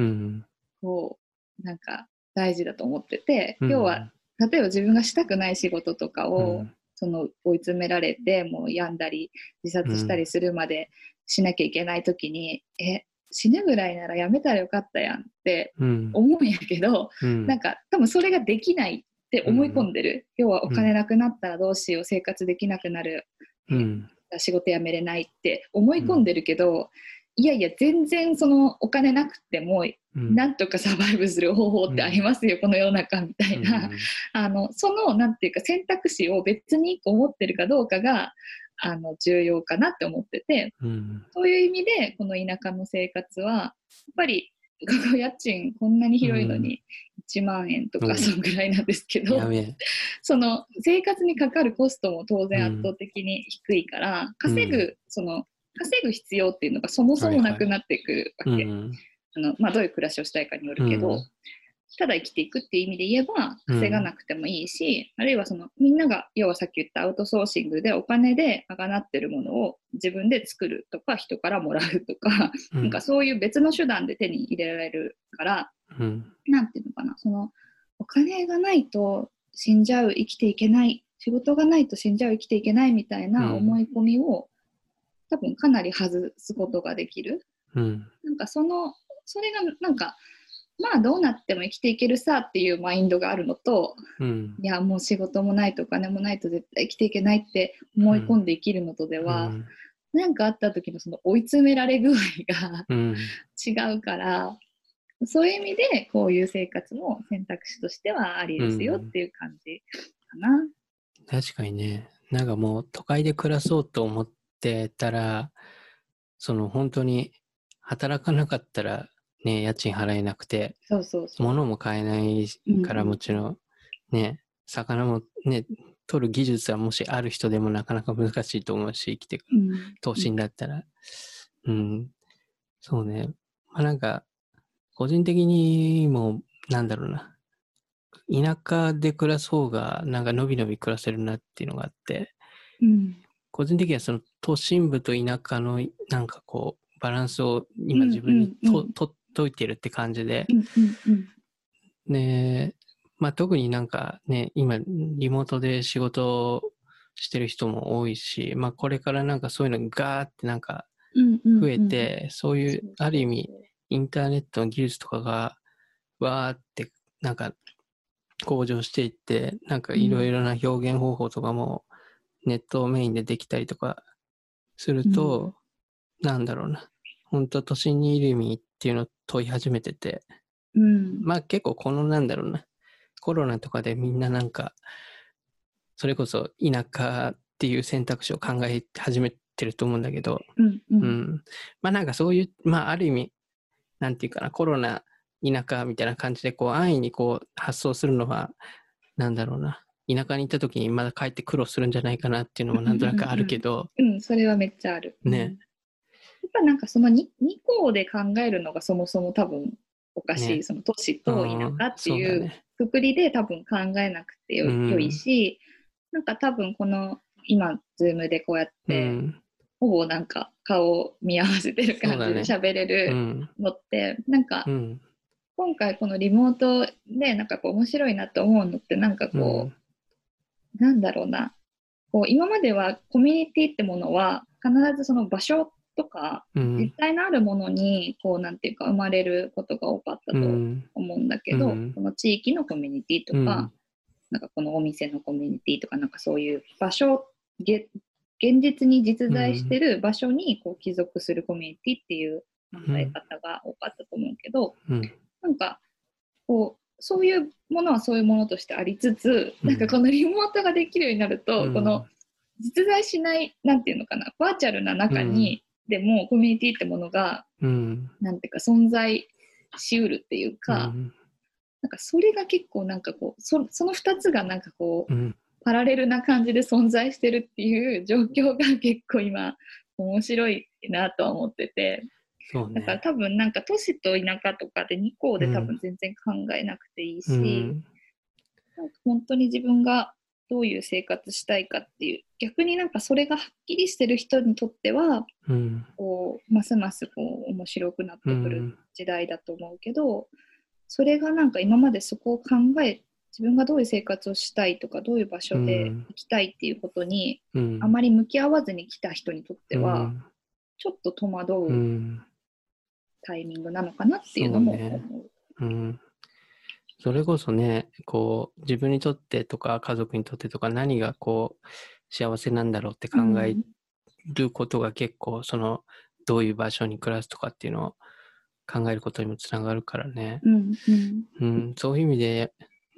こうなんか大事だと思ってて、要は例えば自分がしたくない仕事とかを、うん、その追い詰められてもう病んだり自殺したりするまでしなきゃいけない時に、うん、え死ぬぐらいならやめたらよかったやんって思うんやけど、うん、なんか多分それができないって思い込んでる、うん、要はお金なくなったらどうしよう、生活できなくなる、うん、仕事辞めれないって思い込んでるけど、うん、いやいや全然そのお金なくても、うん、なんとかサバイブする方法ってありますよ、うん、この世の中みたいな、うん、あのそのなんていうか選択肢を別に思ってるかどうかがあの重要かなって思ってて、うん、そういう意味でこの田舎の生活はやっぱり家賃こんなに広いのにいちまんえんとかそんぐらいなんですけど、うん、その生活にかかるコストも当然圧倒的に低いから、うん、稼ぐその稼ぐ必要っていうのがそもそもなくなってくるわけ、はいはい、あのまあ、どういう暮らしをしたいかによるけど、うん、ただ生きていくっていう意味で言えば稼がなくてもいいし、うん、あるいはそのみんなが要はさっき言ったアウトソーシングでお金で賄ってるものを自分で作るとか人からもらうとか、うん、なんかそういう別の手段で手に入れられるから、うん、なんていうのかな、そのお金がないと死んじゃう、生きていけない、仕事がないと死んじゃう、生きていけないみたいな思い込みを、多分かなり外すことができる、うん、なんかそのそれがなんかまあどうなっても生きていけるさっていうマインドがあるのと、うん、いやもう仕事もないとお金もないと絶対生きていけないって思い込んで生きるのとでは、うん、なんかあった時のその追い詰められ具合が、うん、違うから、そういう意味でこういう生活も選択肢としてはありですよっていう感じかな、うん、
確かにね、なんかもう都会で暮らそうと思ってたら、その本当に働かなかったらね、家賃払えなくて、
そうそうそう、
物も買えないからもちろん、うんうん、ね、魚もね、取る技術はもしある人でもなかなか難しいと思うし、生きてくる、うん、都心だったら、うん、うん、そうね、まあなんか個人的にもなんだろうな、田舎で暮らす方がなんかのびのび暮らせるなっていうのがあって、うん、個人的にはその都心部と田舎のなんかこうバランスを今自分にと、うんうんうん、取っ解いてるって感じで、
うんうん
で、まあ特になんかね、今リモートで仕事をしてる人も多いし、まあこれからなんかそういうのがガーってなんか
うんうんうん
増えて、そういう
そう
ある意味
そうそう
インターネットの技術とかがわーってなんか向上していって、なんかいろいろな表現方法とかもネットをメインでできたりとかすると、なんだろうな、本当都心にいる意味っていうのを問い始めてて、
うん、
まあ結構このなんだろうな、コロナとかでみんななんか、それこそ田舎っていう選択肢を考え始めてると思うんだけど、
うんうん
うん。まあなんかそういう、まあある意味、なんていうかな、コロナ、田舎みたいな感じで、こう安易にこう発想するのは、なんだろうな、田舎に行った時にまだ帰って苦労するんじゃないかなっていうのもなんとなくあるけど、
うん、うん、それはめっちゃある。
ね、
うん、やっぱなんかその 2, 2項で考えるのがそもそも多分おかしい、
ね、
その都市
う
と田
ん、
舎っていう
そうだね。
くくりで多分考えなくてよ,、
う
よい
ん、
し、なんか多分この今、ズームでこうやっ
う
て、
ん、
ほぼなんか顔を見合わせてる感じで
そうだね。
喋れる
うん、
のって、なんか
うん、
今回このリモートでなんかこう面白いなと思うのって、なんかこ
うん、
う、なんだろうな、こう今まではコミュニティってものは必ずその場所とか
うん、
実際のあるものにこうなんていうか生まれることが多かったと
うん、
思うんだけど、
うん、
この地域のコミュニティとか、
うん、
なんかこのお店のコミュニティとか、なんかそういう場所、げ現実に実在してる場所にこう帰属するコミュニティっていう考え方が多かったと思うけど、
うん、
なんかこうそういうものはそういうものとしてありつつ、
うん
なんかこのリモートができるようになると、
うん
この実在しない、なんていうのかな、バーチャルな中にでもコミュニティってものが、
うん、
なんていうか存在しうるっていうか、
うん、
なんかそれが結構なんかこう、そ, そのふたつがなんかこう、
うん、
パラレルな感じで存在してるっていう状況が結構今面白いなとは思ってて、
そうね。
だから多分なんか都市と田舎とかでに項で多
うん、
分全然考えなくていい
う
し、
ん、
なんか本当に自分がどういう生活したいかっていう、逆になんかそれがはっきりしてる人にとっては、
うん、
こうますますこう面白くなっ
う
てくる
ん、
時代だと思うけど、それがなんか今までそこを考え、自分がどういう生活をしたいとか、どういう場
う
所で
ん、
生きたいっていうことに
うん、
あまり向き合わずに来た人にとっては、
うん、
ちょっと戸惑
う
う
ん、
タイミングなのかなっていうのも
そうね。
思う。
うん。それこそね、こう、自分にとってとか家族にとってとか何がこう、幸せなんだろうって
う
考え
ん、
ることが結構、その、どういう場所に暮らすとかっていうのを考えることにもつながるからね。
うん、うん、
うん、そういう意味で、うん、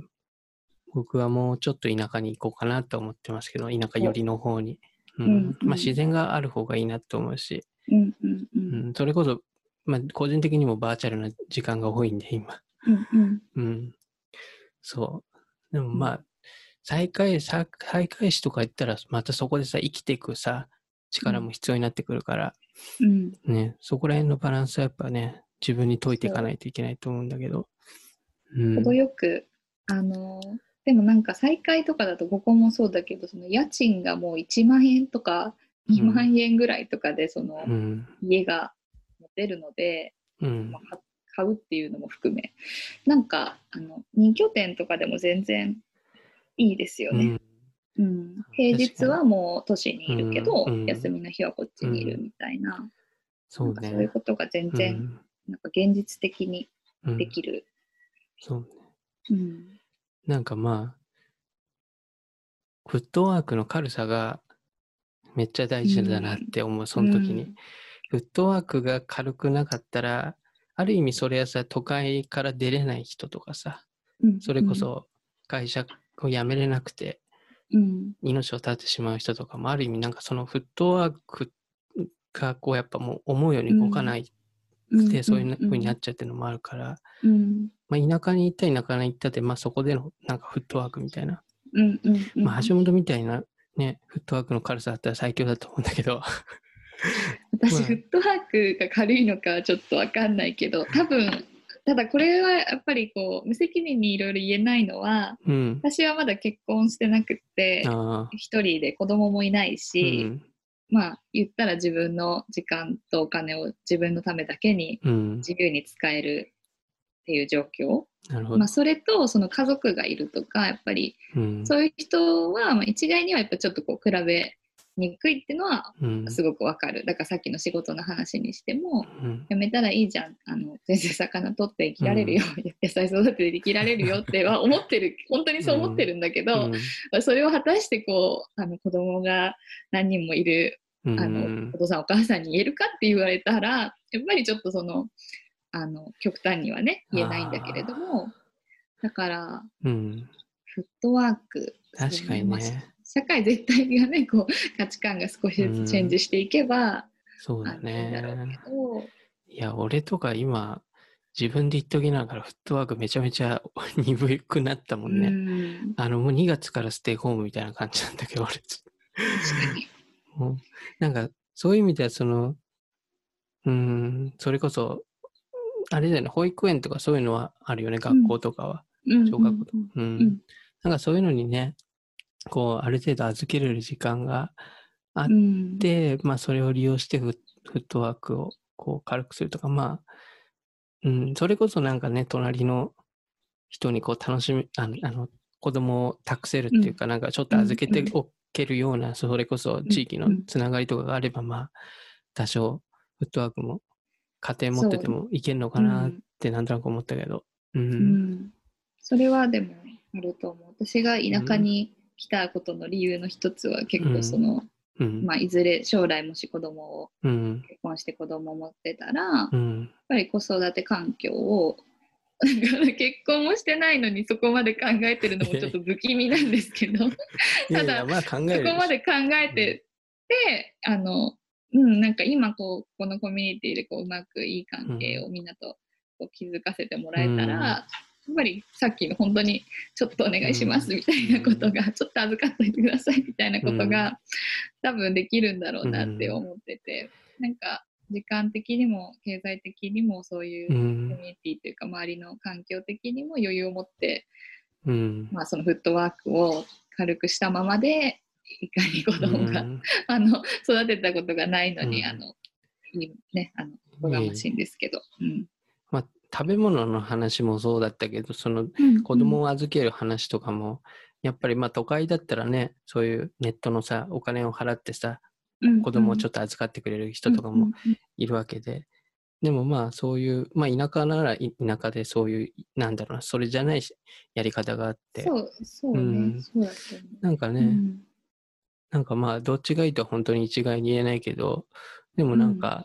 僕はもうちょっと田舎に行こうかなと思ってますけど、田舎寄りの方に。う
うん、
ん、まあ自
うん、
然がある方がいいなと思うし、
うん、うん、うん、
うん、それこそ、まあ個人的にもバーチャルな時間が多いんで、今。
うん、うん、
うん、そう。でも
うん、
まあ、再開、再開始とか言ったら、またそこでさ、生きていくさ、力も必要になってくるから、
うん、
ね、そこら辺のバランスはやっぱね、自分に解いていか
そう、
ないといけないと思うんだけど、うん。
程よく、あの、でもなんか再開とかだとここもそうだけど、その家賃がもういちまん円とか2
うん。
万円ぐらいとかでその
うん。
家が持てるので、
うん。
まあ、買うっていうのも含め、なんかあのに拠点とかでも全然いいですよね。
うん。
うん、平日
確かに。
はもう都市にいるけ
うん。う
ど、休
ん。
みの日はこっちにいる
うん。
みたいな、なんかそういう
そうね。
ことが全然、
うん。
なんか現実的に
うん。
できる。
そうね。
うん。
なんかまあ、フットワークの軽さがめっちゃ大
う
事だなっ
ん。
て思う、そ
う
の時に。
ん。
フットワークが軽くなかったら、ある意味それはさ、都会から出れない人とかさ、
うん。
それこそ会社を辞めれなくて
うん。
命を絶ってしまう人とかもある意味なんかそのフットワークがこうやっぱもう思うように動か
うん。
ない
うん。
くてそういう風にな
うん。
っちゃってるのもあるから、
うん。
まあ、田舎に行ったり田舎に行ったって、まあそこでのなんかフットワークみたいな、
うん。うん。う
まあ
ん。
橋本みたいなね、フットワークの軽さだったら最強だと思うんだけど、
私、フ
まあ、
ットワークが軽いのかはちょっとわかんないけど、多分、ただこれはやっぱりこう、無責任にいろいろ言えないのは、
うん、
私はまだ結婚してなくって、
ああ、
一人で子供もいないし、
うん、
まあ言ったら自分の時間とお金を自分のためだけに
うん
自由に使えるっていう状況、
なるほど。
まあ、それとその家族がいるとかやっぱり
うん
そういう人はまあ一概にはやっぱちょっとこう比べにくいっていうのは
うん
すごくわかる。だからさっきの仕事の話にしても
うん
やめたらいいじゃん、あの全然魚取って生きられるよ、
う
野菜育てて生きられるよっては思ってる、本当にそう思ってるんだけど、
うん
まあそれを果たしてこうあの子供が何人もいる
う
あの
ん
お父さんお母さんに言えるかって言われたらやっぱりちょっとそのあの極端にはね言えないんだけれども、だから
うん
フットワーク、
確かに
まあ
ね。
社会全体がねこう価値観が少しずつチェンジしていけば、
そうだ
あのいいんだろう
ね。
けど、
いや、俺とか今、自分で言っときながらフットワークめちゃめちゃ鈍くなったも
う
んね。
ん
あの、もうにがつからステイホームみたいな感じなんだけど、俺。
確かに。
もう、なんか、そういう意味では、その、うーん、それこそ、あれだよね、保育園とかそういうのはあるよね、学校とかは。
うん
小学校とか。う。
うんん
なんかそういうのにね、こう、ある程度預けれる時間があっ
うん
て、まあ、それを利用してフッフットワークをこう軽くするとか、まあ、うん、それこそなんかね、隣の人にこう楽しみ、あの、あの子供を託せるっていうか、なんかちょっと預けておけるような、それこそ地域のつながりとかがあれば、まあ、多少フットワークも家庭持っててもいけるのかなってなんとなく思ったけど。うん。
うん、それはでもあると思う。私が田舎
うん
に来たことの理由の一つは結構その、
うん
まあ、いずれ将来もし子供を
うん
結婚して子供を持ってたら、やっ
うん
ぱり子育て環境をなんか結婚もしてないのにそこまで考えてるのもちょっと不気味なんですけど
いや
ただ
いや、まあ考え
そこ
るでしょ。
まで考えてて、あのうんなんか今こうこのコミュニティでこううまくいい関係をみんなとこう築かせてもらえたら、
うん
やっぱりさっきの本当にちょっとお願いしますみたいなことが、ちょっと預かっといてくださいみたいなことが、多分できるんだろうなって思ってて、なんか時間的にも経済的にもそういうコミュニティというか周りの環境的にも余裕を持って、
うん
まあ、そのフットワークを軽くしたままでいかに子供が、
うん、
あの育てたことがないのに、
うん
あのいいね、あのおこがましいんですけど、うん
まあ、食べ物の話もそうだったけど、その
うん
子供を預ける話とかも、やっぱりまあ都会だったらね、そういうネットのさ、お金を払ってさ、
うん
子供をちょっと預かってくれる人とかもいるわけで、でもまあそういう、まあ田舎ならい田舎でそういう、なんだろうな、それじゃないしやり方があって、
そうそうね、
うん
そうだと思う。
なんかね、
うん
なんかまあどっちがいいとは本当に一概に言えないけど、でもなんか、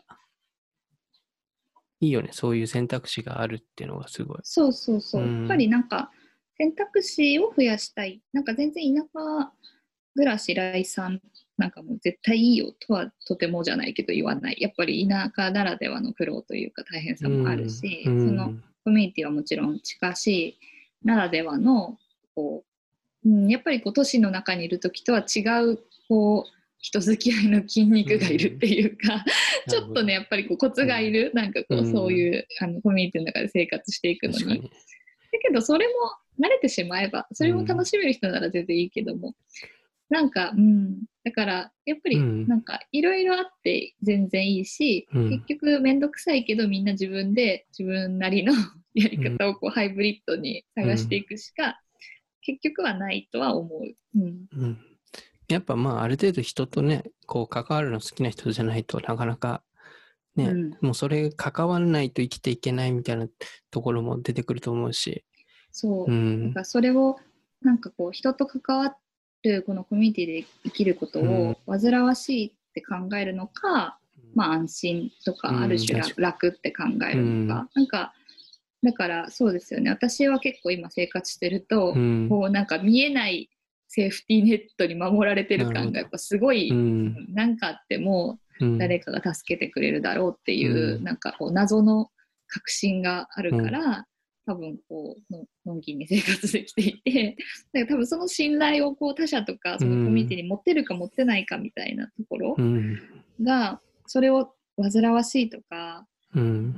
いいよね、そういう選択肢があるっていうのがすごい。
そうそうそう、
うん
やっぱりなんか選択肢を増やしたい。なんか全然田舎暮らし来産なんかもう絶対いいよとはとてもじゃないけど言わない。やっぱり田舎ならではの苦労というか大変さもあるし、
うんうん、
そのコミュニティはもちろん近しいならではのこう、うん、やっぱりこう都市の中にいる時とは違うこう人付き合いの筋肉がいるっていうか、うん、ちょっとねやっぱりこうコツがいる、うん、なんかこうそういうあのコミュニティの中で生活していくのに、にだけどそれも慣れてしまえばそれも楽しめる人なら全然いいけども、うん、なんか、うん、だからやっぱりなんかいろいろあって全然いいし、うん、結局めんどくさいけどみんな自分で自分なりのやり方をこうハイブリッドに探していくしか結局はないとは思う。うん
うん、やっぱまあある程度人とねこう関わるの好きな人じゃないとなかなかね、うん、もうそれ関わらないと生きていけないみたいなところも出てくると思うし、
そう、うん、だからそれをなんかこう人と関わるこのコミュニティで生きることを煩わしいって考えるのか、うん、まあ安心とか、うん、ある種楽って考えるのか、うん、なんかだからそうですよね。私は結構今生活してると、うん、こうなんか見えないセーフティーネットに守られてる感がやっぱすごい、うん、なんかあっても誰かが助けてくれるだろうっていう、うん、なんかこう謎の確信があるから、うん、多分こうののんきに生活できていて、だから多分その信頼をこう他者とかそのコミュニティに持ってるか持ってないかみたいなところが、それを煩わしいとか、うん、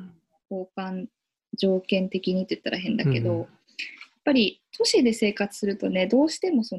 交換条件的にって言ったら変だけど、うん、やっぱり都市で生活するとねどうしてもその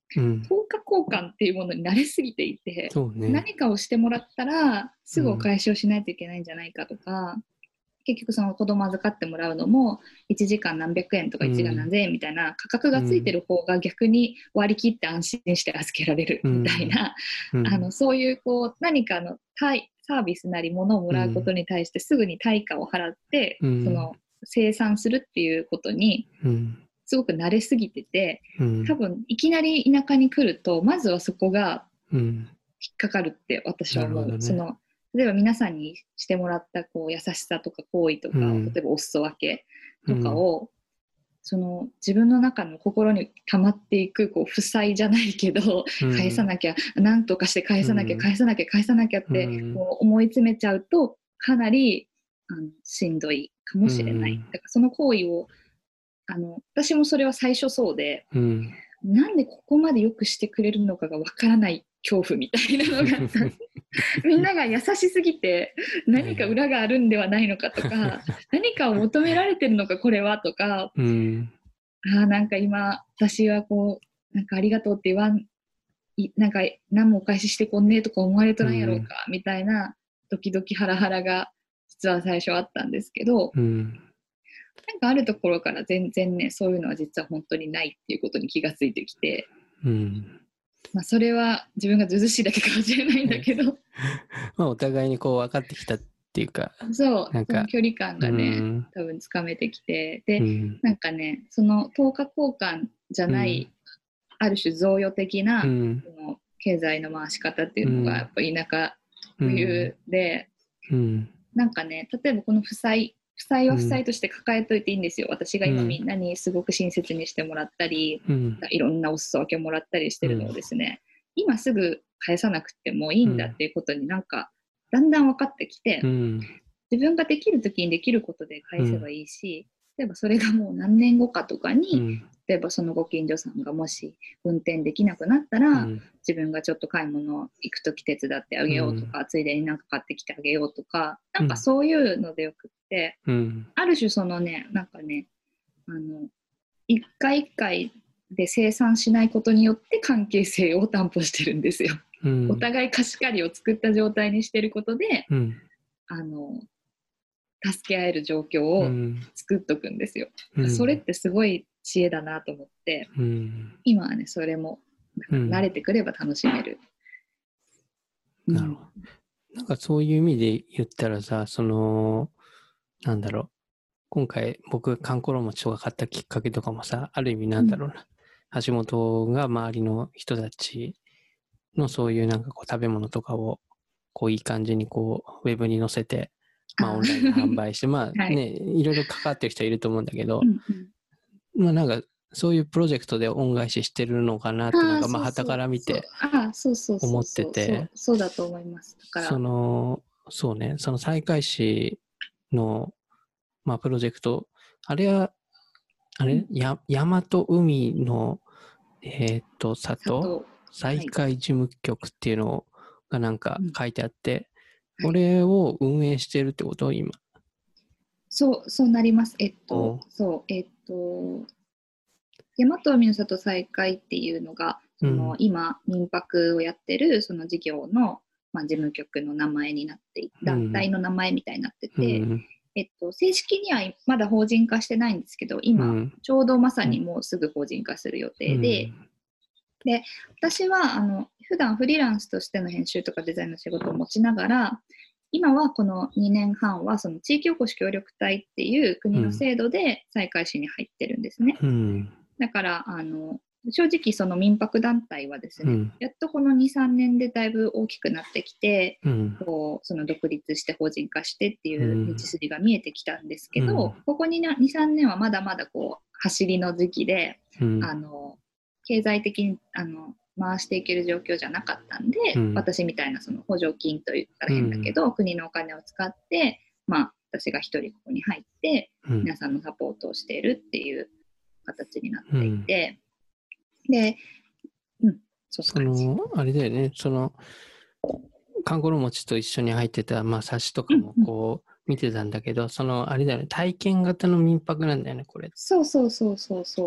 うん、
等価交換っていうものに慣れすぎていて、
そうね、
何かをしてもらったらすぐお返しをしないといけないんじゃないかとか、うん、結局その子供預かってもらうのもいちじかん何百円とかいちじかん何千円みたいな価格がついてる方が逆に割り切って安心して預けられるみたいな、うんうん、あのそういうこう何かの対サービスなり物をもらうことに対してすぐに対価を払って、うん、その生産するっていうことにすごく慣れすぎてて、うん、多分いきなり田舎に来るとまずはそこが引っかかるって私は思う、うんね、その例えば皆さんにしてもらったこう優しさとか好意とか、うん、例えばお裾分けとかを、うん、その自分の中の心に溜まっていくこう負債じゃないけど、うん、返さなきゃ何とかして返さなきゃ、うん、返さなきゃ返さなきゃってこう思い詰めちゃうとかなりあのしんどいかもしれない、うん、だからその行為をあの私もそれは最初そうで、うん、なんでここまでよくしてくれるのかがわからない恐怖みたいなのがあったみんなが優しすぎて何か裏があるんではないのかとか何かを求められてるのかこれはとか、うん、あなんか今私はこうなんかありがとうって言わんなんか何もお返ししてこんねえとか思われとらんやろうか、うん、みたいなドキドキハラハラが実は最初あったんですけど、うん、なんかあるところから全然ねそういうのは実は本当にないっていうことに気がついてきて、うんまあ、それは自分がずうずうしいだけかもしれないんだけど、
まあお互いにこう分かってきたっていうか、
そうなんかその距離感がね、うん、多分つかめてきてで、うん、なんかねその等価交換じゃない、うん、ある種贈与的な、うん、その経済の回し方っていうのがやっぱ田舎特有で、うんうん、なんかね例えばこの負債負債は負債として抱えといていいんですよ、うん、私が今みんなにすごく親切にしてもらったり、うん、いろんなお裾分けもらったりしてるのをですね、うん、今すぐ返さなくてもいいんだっていうことになんかだんだん分かってきて、うん、自分ができる時にできることで返せばいいし、うん、例えばそれがもう何年後かとかに、うん、例えばそのご近所さんがもし運転できなくなったら、うん、自分がちょっと買い物行く時手伝ってあげようとか、うん、ついでになんか買ってきてあげようとか、なんかそういうのでよくって、うん、ある種そのねなんかねあの一回一回で生産しないことによって関係性を担保してるんですよ、うん、お互い貸し借りを作った状態にしてることで、うん、あの助け合える状況を作っとくんですよ、うん、それってすごい知恵だなと思って、うん、今はねそれもなんか慣れてくれば楽しめる、
うん、なるほど。なんかそういう意味で言ったらさ、そのなんだろう、今回僕かんころ餅とか買ったきっかけとかもさ、ある意味なんだろうな、うん、橋本が周りの人たちのそういうなんかこう食べ物とかをこういい感じにこうウェブに載せて、まあオンラインで販売して、まあね、はい、いろいろ関わってる人いると思うんだけど、うんうん、まあなんかそういうプロジェクトで恩返ししてるのかなってなんかまあ傍から見て思ってて、
そうだと思います。だから
そのそうね、その西海市のまあプロジェクト、あれはあれ、うん、や山と海のえっ、ー、と里西海事務局っていうのがなんか書いてあって、うん、これを運営してるってこと今。
そうそうなります。えっとそうえっと山と海の里再開っていうのがその、うん、今民泊をやってるその事業の、まあ、事務局の名前になっていて、団体の名前みたいになってて、うん、えっと、正式にはまだ法人化してないんですけど今、うん、ちょうどまさにもうすぐ法人化する予定で、うん、で私はあの普段フリーランスとしての編集とかデザインの仕事を持ちながら今はこのにねんはんはその地域おこし協力隊っていう国の制度で西海市に入ってるんですね、うん、だからあの正直その民泊団体はですね、うん、やっとこの にさんねんでだいぶ大きくなってきて、うん、こうその独立して法人化してっていう道筋が見えてきたんですけど、うん、ここ にさんねんはまだまだこう走りの時期で、うん、あの経済的にあの回していける状況じゃなかったんで、うん、私みたいなその補助金といったら変だけど、うん、国のお金を使って、まあ、私が一人ここに入って、うん、皆さんのサポートをしているっていう形になっていて、うん、で、うん、そう
そのあれだよね、そのかんころ餅と一緒に入ってた、まあ、冊子とかもこう見てたんだけど、うんうん、そのあれだよね、体験型の民泊なんだよねこれ。
そうそうそうそうそう。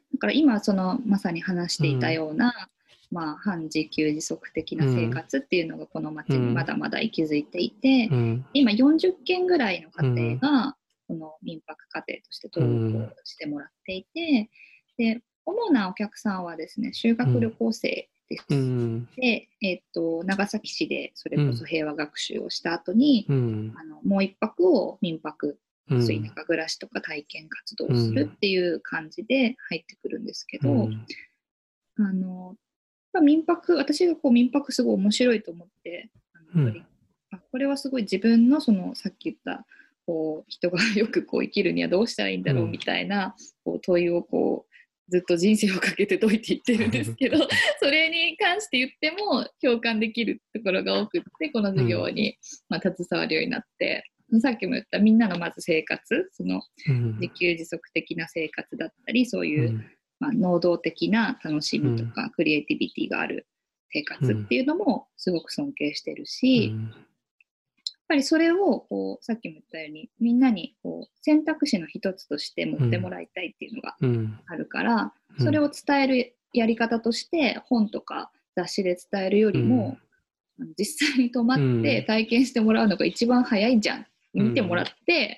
だから今そのまさに話していたような、うん、まあ、半自給自足的な生活っていうのがこの町にまだまだ息づいていて、うん、今よんじゅっけんぐらいの家庭がこの民泊家庭として登録をしてもらっていて、で主なお客さんはですね、修学旅行生です。うん、で、えっと、長崎市でそれこそ平和学習をした後に、うん、あのもう一泊を民泊、水中暮らしとか体験活動をするっていう感じで入ってくるんですけど、うん、あの民泊、私がこう民泊すごい面白いと思って、あの、うん、あこれはすごい自分のそのさっき言ったこう人がよくこう生きるにはどうしたらいいんだろうみたいな、こう問いをこうずっと人生をかけて解いていってるんですけどそれに関して言っても共感できるところが多くってこの授業に、まあ、携わるようになって、さっきも言ったみんなのまず生活、その自給自足的な生活だったり、そういう、うんまあ、能動的な楽しみとか、うん、クリエイティビティがある生活っていうのもすごく尊敬してるし、うん、やっぱりそれをこうさっきも言ったようにみんなにこう選択肢の一つとして持ってもらいたいっていうのがあるから、うん、それを伝えるやり方として本とか雑誌で伝えるよりも、うん、実際に泊まって体験してもらうのが一番早いじゃん、見てもらって、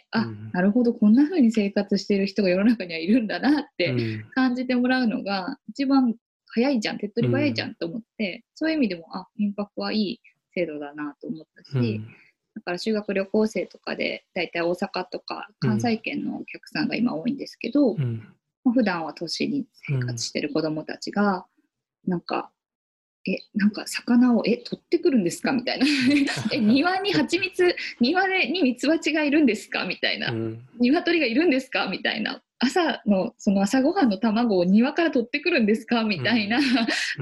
うん、あ、なるほどこんな風に生活している人が世の中にはいるんだなって感じてもらうのが一番早いじゃん、手っ取り早いじゃんと思って、うん、そういう意味でもあ民泊はいい制度だなと思ったし、うん、だから修学旅行生とかでだいたい大阪とか関西圏のお客さんが今多いんですけど、うんまあ、普段は都市に生活している子どもたちがなんかえ、なんか魚をえ取ってくるんですかみたいなえ庭に蜂蜜庭でにミツバチがいるんですかみたいな、うん、鶏がいるんですかみたいな、朝のその朝ごはんの卵を庭から取ってくるんですかみたいな、うん、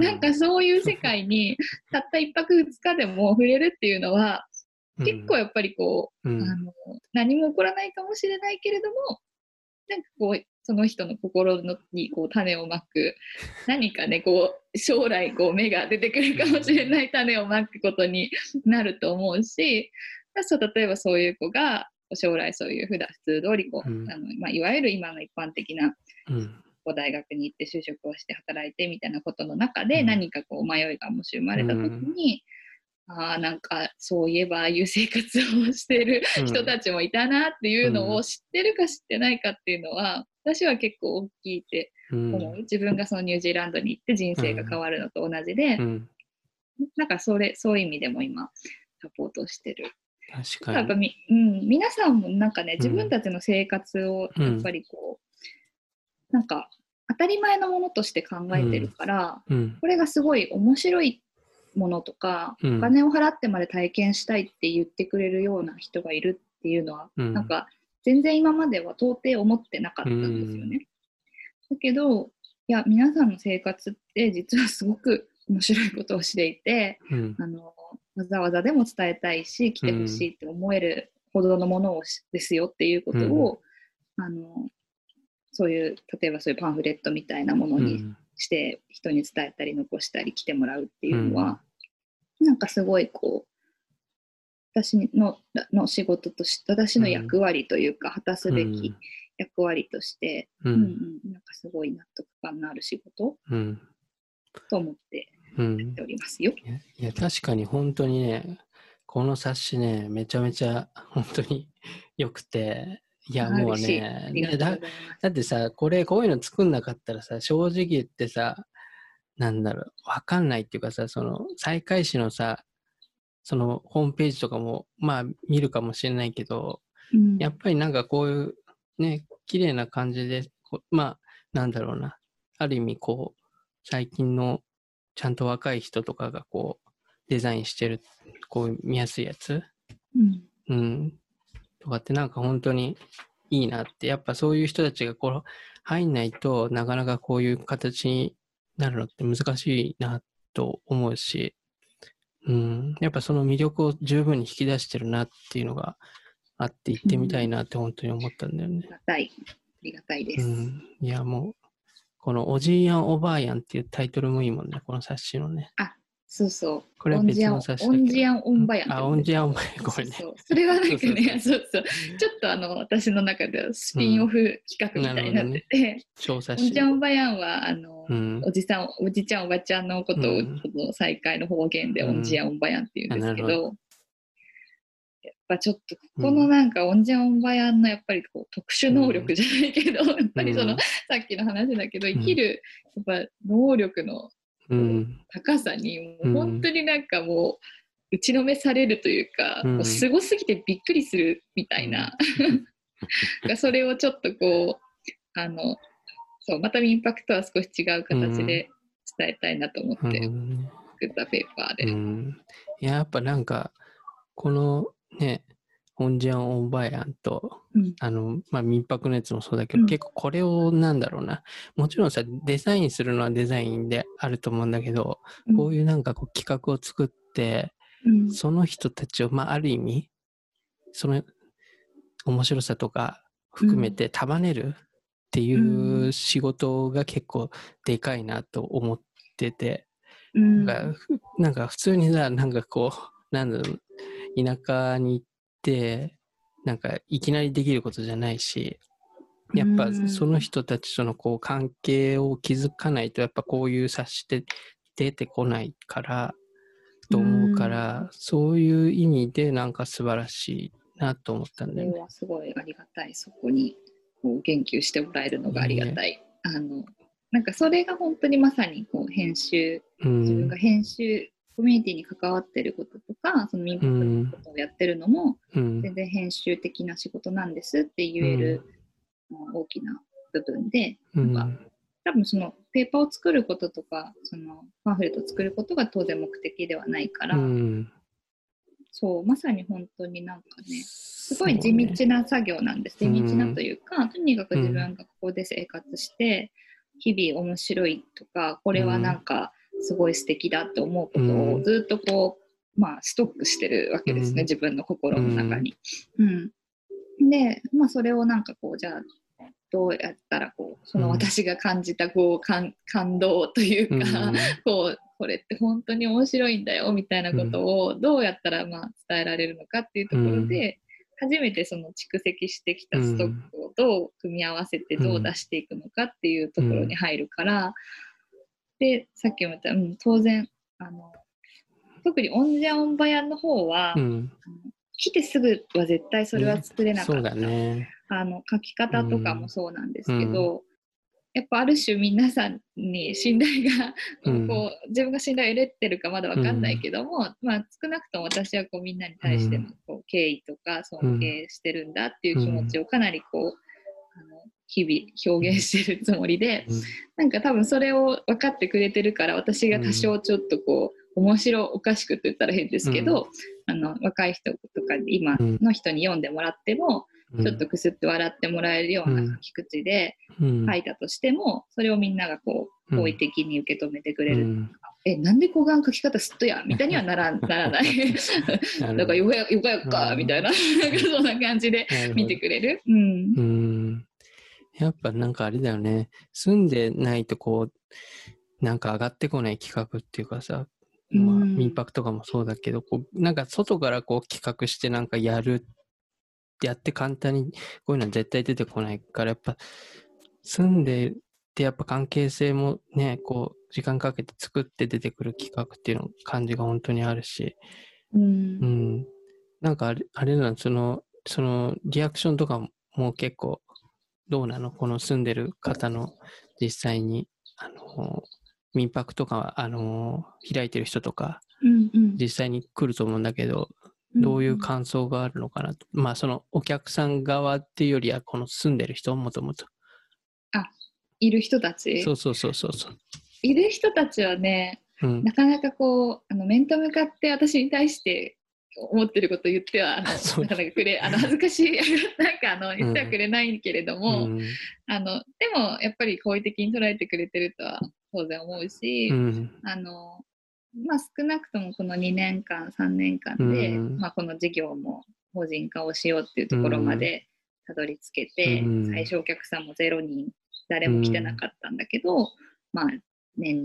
なんかそういう世界にたったいっぱくふつかでも触れるっていうのは、うん、結構やっぱりこう、うん、あの何も起こらないかもしれないけれども、なんかこうその人の心にこう種をまく何かねこう将来こう芽が出てくるかもしれない種をまくことになると思うし、そう例えばそういう子が将来そういう普段普通通りこう、うんあのまあ、いわゆる今の一般的な、うん、こう大学に行って就職をして働いてみたいなことの中で何かこう迷いがもし生まれた時に、うん、あなんかそういえばああいう生活をしている人たちもいたなっていうのを知ってるか知ってないかっていうのは私は結構大きいって思う、うん、自分がそのニュージーランドに行って人生が変わるのと同じで、うん、なんかそれそういう意味でも今サポートしてる。
確かに
やっぱみ、うん、皆さんもなんかね自分たちの生活をやっぱりこう、うん、なんか当たり前のものとして考えてるから、うん、これがすごい面白いものとか、うん、お金を払ってまで体験したいって言ってくれるような人がいるっていうのは、うん、なんか全然今までは到底思ってなかったんですよね、うん、だけどいや皆さんの生活って実はすごく面白いことをしていて、うん、あのわざわざでも伝えたいし来てほしいって思えるほどのものをですよっていうことを、うん、あのそういう例えばそういうパンフレットみたいなものにして人に伝えたり残したり来てもらうっていうのは、うん、なんかすごいこう私のの仕事として私の役割というか、うん、果たすべき役割として、うんうんうん、なんかすごい納得感のある仕事、うん、と思ってやっておりますよ、
うん、いや、いや確かに本当にねこの冊子ねめちゃめちゃ本当に良くて、いやもうね、ねだ、だってさこれこういうの作んなかったらさ正直言ってさなんだろうわかんないっていうかさ、その西海市のさそのホームページとかもまあ見るかもしれないけど、うん、やっぱりなんかこういうね綺麗な感じでまあなんだろうな、ある意味こう最近のちゃんと若い人とかがこうデザインしてるこう見やすいやつ、うん、うん、とかってなんか本当にいいなって、やっぱそういう人たちがこう入んないとなかなかこういう形になるのって難しいなと思うし、うん、やっぱその魅力を十分に引き出してるなっていうのがあって行ってみたいなって本当に思ったんだよね。
ありがたい、ありがたいです。
うん、いやもうこのおじいやんおばあやんっていうタイトルもいいもんね、この冊子のね。
あ、 そうそう。
これは別の冊子
オン
だけど。
ジアンオンバヤンって
あ、
言うんですよ。
オンジアンオンバヤン、これね。
そうそう。それはなんか
そうそう
ね、
そう
そうそう。ちょっとあの、私の中ではスピンオフ企画みたいになってて、
小冊子。
オンジャンオンバヤンは、あの、
うん。
おじさん、おじちゃん、おばちゃんのことを、
うん
この再会の方言でオンジアンオンバヤンって言うんですけ
あなるほ
ど、やっぱちょっとここのなんかオンジャンオンバヤンのやっぱりこう特殊能力じゃないけど、やっぱりその、
うん
さっきの話だけど、生きるやっぱ能力の
うん
高さに、も
う
うん本当になんかもう打ちのめされるというか、
うん
もうすごすぎてびっくりするみたいな、それをちょっとこうあのそうまた民泊とは少し違う形で伝えたいなと思って
うん
作ったペーパーで。
うんいややっぱなんかこのねオンジャンオンバヤンと、
うん
あのまあ、民泊のやつもそうだけど、
うん
結構これをなんだろうなもちろんさデザインするのはデザインであると思うんだけど、
うん
こういうなんかこう企画を作って
うん
その人たちを、まあ、ある意味その面白さとか含めて束ねるっていう仕事が結構でかいなと思ってて、
うん
なんかなんか普通にさなんかこうなんだろう田舎に行ってなんかいきなりできることじゃないし、やっぱその人たちとのこう関係を築かないとやっぱこういう冊子って出てこないからと思うから、そういう意味でなんか素晴らしいなと思ったんだよね。
それはすごいありがたい。そこにこう言及してもらえるのがありがたい。あのなんかそれが本当にまさにこう編集、自分が編集コミュニティに関わってることとか、その民泊のことをやってるのも、全然編集的な仕事なんですって言える、うん、大きな部分で、なんか多分そのペーパーを作ることとか、そのパンフレットを作ることが当然目的ではないから、うん、そうまさに本当になんかね、すごい地道な作業なんです。ね、地道なというか、とにかく自分がここで生活して、日々面白いとか、これはなんかすごい素敵だって思うことをずっとこう、まあ、ストックしてるわけですね、自分の心の中に。うん、で、まあ、それをなんかこう、じゃあどうやったらこうその私が感じたこう感感動というか、うん、こうこれって本当に面白いんだよみたいなことをどうやったらまあ伝えられるのかっていうところで、うん、初めてその蓄積してきたストックをどう組み合わせてどう出していくのかっていうところに入るから、うん、でさっきも言った、うん、当然あの特にオンジャンオンバヤンの方は、うん、来てすぐは絶対それは作れなかった、ね、あの書き方とかもそうなんですけど、うん、やっぱある種皆さんに信頼が、うん、こう自分が信頼を得れてるかまだ分かんないけども、うん、まあ、少なくとも私はこうみんなに対してのこう敬意とか尊敬してるんだっていう気持ちをかなりこうあの日々表現してるつもりで、うん、なんか多分それを分かってくれてるから私が多少ちょっとこう面白おかしくって言ったら変ですけど、うん、あの若い人とか今の人に読んでもらっても、ちょっとくすって笑ってもらえるような書き口で書いたとしても、それをみんながこう好意的に受け止めてくれる、うん、えなんで小顔書き方すっとやみたいにはならならないだからよかよかよかみたいなそんな感じで見てくれる、うん、
うんやっぱなんかあれだよね、住んでないとこうなんか上がってこない企画っていうかさ、まあ、民泊とかもそうだけど、こうなんか外からこう企画してなんかやるやって簡単にこういうのは絶対出てこないから、やっぱ住んでてやっぱ関係性もねこう時間かけて作って出てくる企画っていうの感じが本当にあるし、うん、うん、なんかあれあれなのそのそのリアクションとかも結構どうなのこの住んでる方の実際にあの民泊とかあの開いてる人とか、うんうん、実際に来ると思うんだけど、どういう感想があるのかなと、うんうん、まあそのお客さん側っていうよりはこの住んでる人もともと
あいる人たち
そうそうそうそうそう
いる人たちはね、うん、なかなかこうあの面と向かって私に対して思ってることを言ってはあのなかなかくれあの恥ずかしいなんかあの言ってはくれないけれども、うん、あのでもやっぱり好意的に捉えてくれてるとは当然思うし、うん、あのまあ、少なくともこのにねんかんさんねんかんで、うんまあ、この事業も法人化をしようっていうところまでたどり着けて、うん、最初お客さんもゼロにん誰も来てなかったんだけど、うんまあ、年に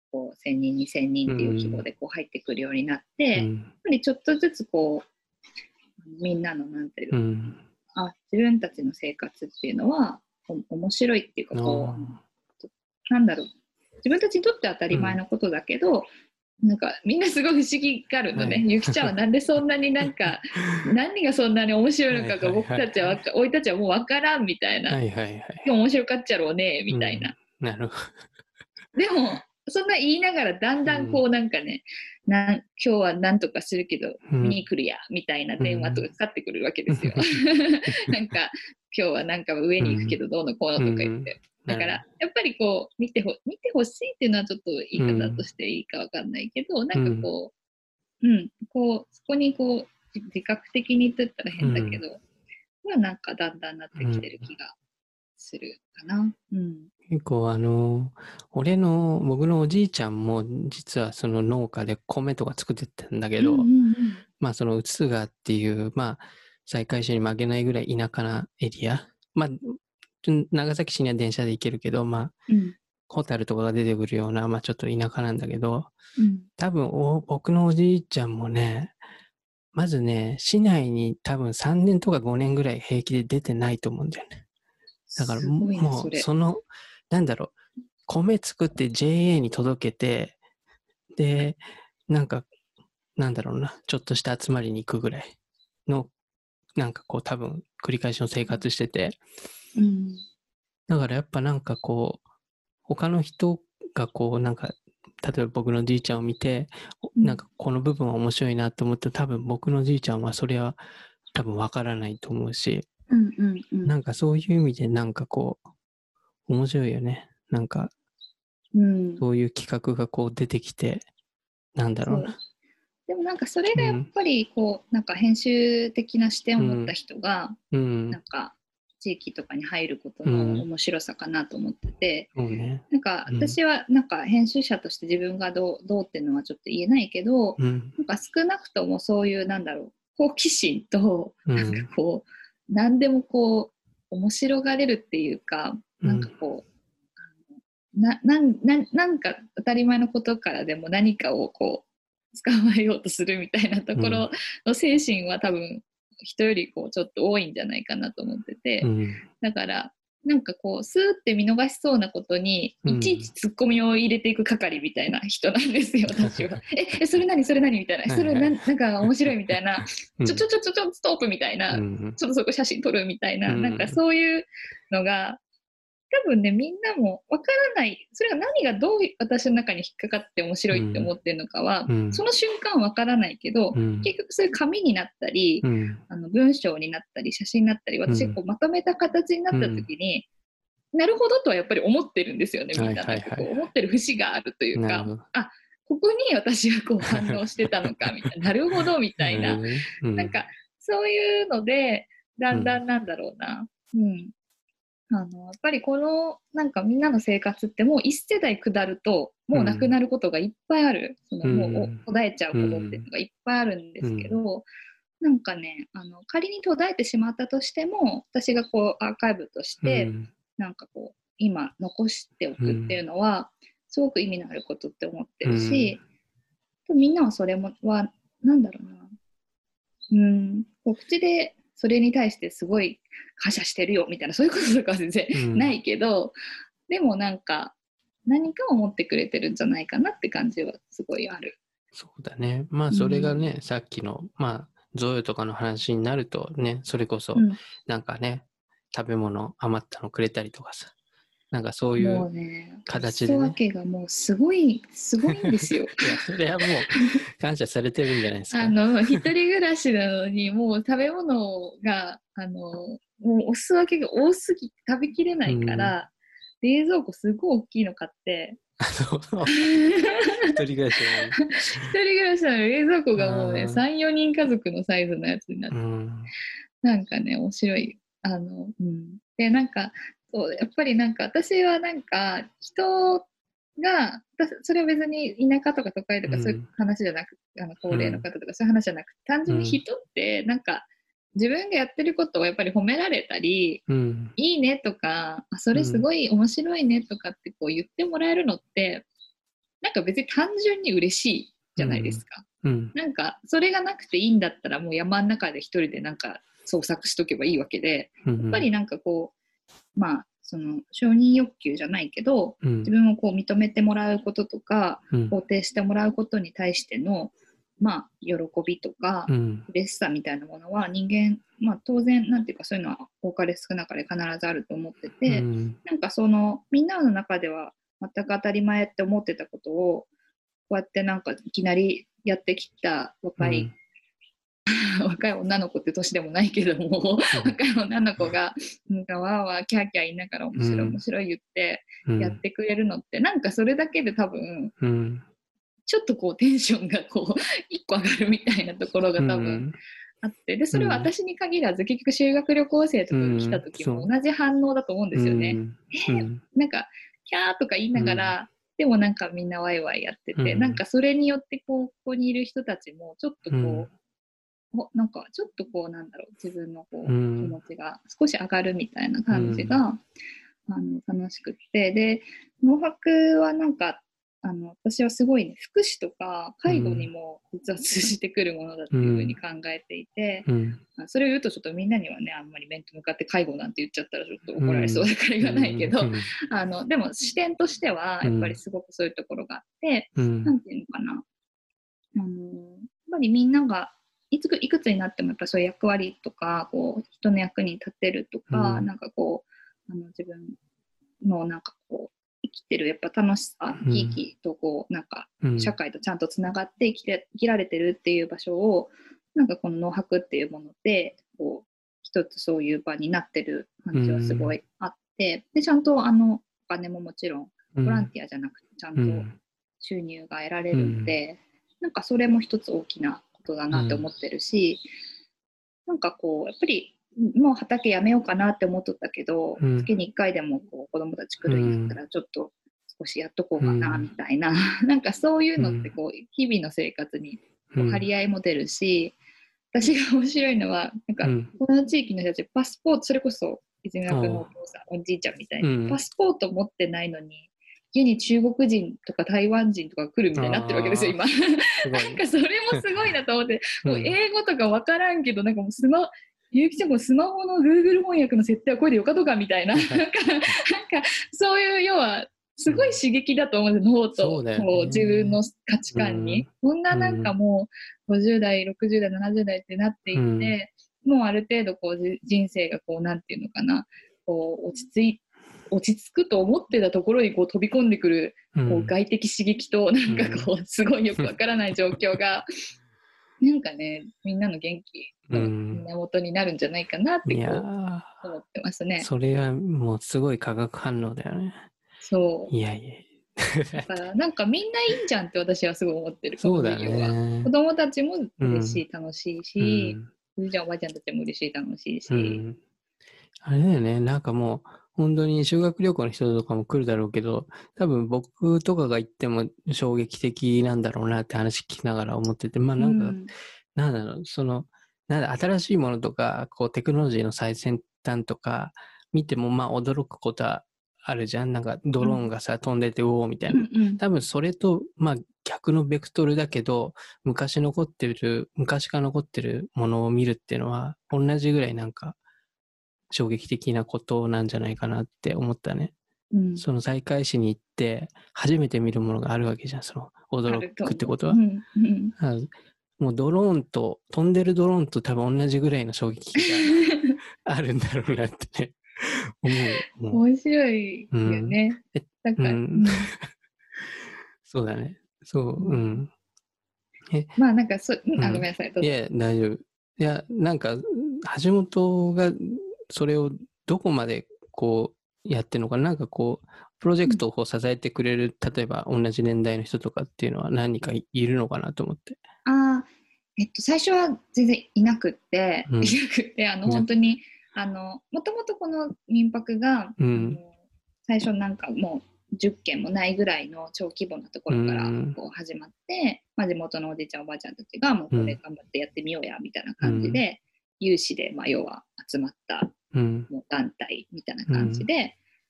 こうせんにんにせんにんっていう規模でこう入ってくるようになって、
うん、
やっぱりちょっとずつこうみんなのなんていう、
うん、
あ自分たちの生活っていうのはお面白いっていうかこうなんだろう自分たちにとって当たり前のことだけど、うん、なんかみんなすごい不思議があるのね、はい、ゆきちゃんはなんでそんなになんか何がそんなに面白いのかが僕たちはおいたちはもう分からんみたいな、はいはいはい、今日面白かっちゃろうねみたいな、
うん、なるほど。
でもそんな言いながらだんだんこうなんかね、うん、な今日はなんとかするけど見に来るやみたいな電話とかかかってくるわけですよ、うん、なんか今日はなんか上に行くけどどうのこうのとか言って、うん、だからやっぱりこう見てほ見てほしいっていうのはちょっと言い方としていいかわかんないけど、うん、なんかこううんこうそこにこう自覚的に言ったら変だけど、うん、はなんかだんだんなってきてる気がするかな。うん、
結構あの俺の僕のおじいちゃんも実はその農家で米とか作ってたんだけど、うんうんうん、まあその津川っていうまあ西海市に負けないぐらい田舎なエリア、まあ長崎市には電車で行けるけど、まあ、うん、ホタルとかが出てくるようなまあちょっと田舎なんだけど、うん、多分お僕のおじいちゃんもね、まずね市内に多分さんねんとかごねんぐらい平気で出てないと思うんだよね。だからもうそのなんだろう米作って ジェーエー に届けてでなんかなんだろうなちょっとした集まりに行くぐらいのなんかこう多分繰り返しの生活してて、うん、だからやっぱなんかこう他の人がこうなんか例えば僕のじいちゃんを見て、うん、なんかこの部分は面白いなと思って多分僕のじいちゃんはそれは多分わからないと思うし、うんうんうん、なんかそういう意味でなんかこう面白いよね。なんか、うん、そういう企画がこう出てきてなんだろうな。
でもなんかそれがやっぱりこう、うん、なんか編集的な視点を持った人が、うん、なんか地域とかに入ることの面白さかなと思ってて、うんね、なんか私はなんか編集者として自分がどう、どうっていうのはちょっと言えないけど、うん、なんか少なくともそういうなんだろう好奇心となんかこう、うん、何でもこう面白がれるっていうか、なんかこう、な、な、な、なんか当たり前のことからでも何かをこう捕まえようとするみたいなところの精神は多分人よりこうちょっと多いんじゃないかなと思ってて、うん、だからなんかこうスーって見逃しそうなことにいちいちツッコミを入れていく係みたいな人なんですよ、私は。え、それ何それ何みたいな、それななんか面白いみたいな、ちょちょちょちょちょストップみたいな、うん、ちょっとそこ写真撮るみたいな、うん、なんかそういうのが多分ねみんなもわからない、それが何がどう私の中に引っかかって面白いって思ってるのかは、うん、その瞬間わからないけど、うん、結局そういう紙になったり、うん、あの文章になったり写真になったり私がこうまとめた形になった時に、なるほどとはやっぱり思ってるんですよね、みんななんかこう思ってる節があるというか、あここに私がこう反応してたのかみたいななるほどみたいな、うん、なんかそういうのでだんだんなんだろうな、うん、あのやっぱりこのなんかみんなの生活ってもう一世代下るともうなくなることがいっぱいある、うん、そのもう途絶えちゃうことっていうのがいっぱいあるんですけど、うん、なんかねあの仮に途絶えてしまったとしても私がこうアーカイブとして、うん、なんかこう今残しておくっていうのは、うん、すごく意味のあることって思ってるし、うん、みんなはそれもはなんだろうな、うんこう口でそれに対してすごい感謝してるよみたいなそういうこととかは全然ないけど、うん、でもなんか何かを思ってくれてるんじゃないかなって感じはすごいある。
そうだね。まあそれがね、うん、さっきのまあ贈与とかの話になるとね、それこそなんかね、うん、食べ物余ったのくれたりとかさ、なんかそういう形でね。
もうね、お裾分けがもうすごいすごいんですよ。
いやそれはもう感謝されてるんじゃないですか。
あの一人暮らしなのにもう食べ物があのもうお裾分けが多すぎて食べきれないから、うん、冷蔵庫すごい大きいの買って。一人
暮らしなのに
一人暮らしなのに冷蔵庫がもうねさん、よにん家族のサイズのやつになって、うん、なんかね面白いあの、うん、でなんかそうやっぱりなんか私はなんか人がそれは別に田舎とか都会とかそういう話じゃなく、うん、あの高齢の方とかそういう話じゃなくて、単純に人ってなんか自分がやってることをやっぱり褒められたり、うん、いいねとかそれすごい面白いねとかってこう言ってもらえるのってなんか別に単純に嬉しいじゃないですか、
うん、
なんかそれがなくていいんだったらもう山の中で一人でなんか創作しとけばいいわけで、
うん、
やっぱりなんかこうまあその承認欲求じゃないけど、
うん、
自分をこう認めてもらうこととか、
うん、
肯定してもらうことに対してのまあ喜びとか
うん、
嬉しさみたいなものは人間、まあ、当然なんていうかそういうのは多かれ少なかれ必ずあると思って
う
て、
ん、
なんかそのみんなの中では全く当たり前って思ってたことをこうやってなんかいきなりやってきた若い、うん、若い女の子って年でもないけども若い女の子がなんかわーわーキャーキャー言いながら面白い面白い言ってやってくれるのって、なんかそれだけで多分
うん、
ちょっとこうテンションがこう一個上がるみたいなところが多分あって、でそれは私に限らず結局修学旅行生とかが来た時も同じ反応だと思うんですよね。えー、なんかキャーとか言いながら、でもなんかみんなワイワイやってて、なんかそれによってこうここにいる人たちもちょっとこう、おなんかちょっとこうなんだろう、自分のこう気持ちが少し上がるみたいな感じが、あの楽しくって、で農泊はなんかあの私はすごいね、福祉とか介護にも実は通じてくるものだっていうふうに考えていて、うん、それを言うとちょっとみんなにはねあんまり面と向かって介護なんて言っちゃったらちょっと怒られそうだから言わないけど、うんうん、あのでも視点としてはやっぱりすごくそういうところがあって、うん、なんていうのかな、あのやっぱりみんながいついくつになってもやっぱそういう役割とかこう人の役に立てるとか、うん、なんかこうあの自分のなんかこう生きてるやっぱ楽しさ、生き生きとこうなんか社会とちゃんとつながって生きて生きられてるっていう場所をなんかこの農泊っていうものでこう一つそういう場になってる感じはすごいあって、でちゃんとあのお金ももちろんボランティアじゃなくてちゃんと収入が得られるので、なんかそれも一つ大きなことだなって思ってるし、なんかこうやっぱりもう畑やめようかなって思っとったけど、うん、月にいっかいでもこう子供たち来るんやったらちょっと少しやっとこうかなみたいな、うん、なんかそういうのってこう日々の生活にこう張り合いも出るし、うん、私が面白いのはなんかこの地域の人たちパスポート、それこそ泉田君のお父さんおじいちゃんみたいに、うん、パスポート持ってないのに家に中国人とか台湾人とか来るみたいになってるわけですよ今なんかそれもすごいなと思ってもう英語とか分からんけどなんかもうスマゆうきちゃんもスマホの Google 翻訳の設定はこれでよかとかみたいななんかなんかそういう要はすごい刺激だと思うんです、脳と、ね、こう自分の価値観に、うん、こんななんかもうごじゅう代ろくじゅう代ななじゅう代ってなっていって、うん、もうある程度こう人生がこうなんていうのかなこう落ち着い落ち着くと思ってたところにこう飛び込んでくるこう外的刺激となんかこうすごいよくわからない状況がなんかねみんなの元気の源になるんじゃないかなってこう思ってますね。
それはもうすごい化学反応だよね。
そう。
いやいや。
だからなんかみんないいんじゃんって私はすごい思ってる。
そうだね。
子供たちも嬉しい、うん、楽しいし、おじいちゃんおばあちゃんたちも嬉しい楽しいし。うん、
あれだよね、なんかもう本当に修学旅行の人とかも来るだろうけど、多分僕とかが行っても衝撃的なんだろうなって話聞きながら思ってて、まあなんか、うん、なんだろう、その、なんだ、新しいものとか、こうテクノロジーの最先端とか見てもまあ驚くことはあるじゃん。なんかドローンがさ、うん、飛んでてうおーみたいな。うんうん、多分それと、まあ逆のベクトルだけど、昔残ってる、昔から残ってるものを見るっていうのは、同じぐらいなんか、衝撃的なことなんじゃないかなって思ったね。うん、その再開始に行って初めて見るものがあるわけじゃん、その驚くってことは。うんうん、もうドローンと飛んでるドローンと多分同じぐらいの衝撃があるんだろうなってね思う。もう
面白いよね。うん、だから、うん、
そうだね。そう、うん。
えまあなんかそ、あ、ごめんなさい。
いや大丈夫。いやなんか橋本がそれをどこまでこうやってるのかな、なんかこうプロジェクトを支えてくれる、うん、例えば同じ年代の人とかっていうのは何人かいるのかなと思って。
ああ、えっと最初は全然いなくって、うん、いなくってあの本当にあのもともとこの民泊が、うん、あの最初なんかもうじゅっけんもないぐらいの超規模なところからこう始まって、うん、まあ、地元のおじいちゃんおばあちゃんたちがもうこれ頑張ってやってみようやみたいな感じで、うん、有志で、まあ、要は集まったもう団体みたいな感じで、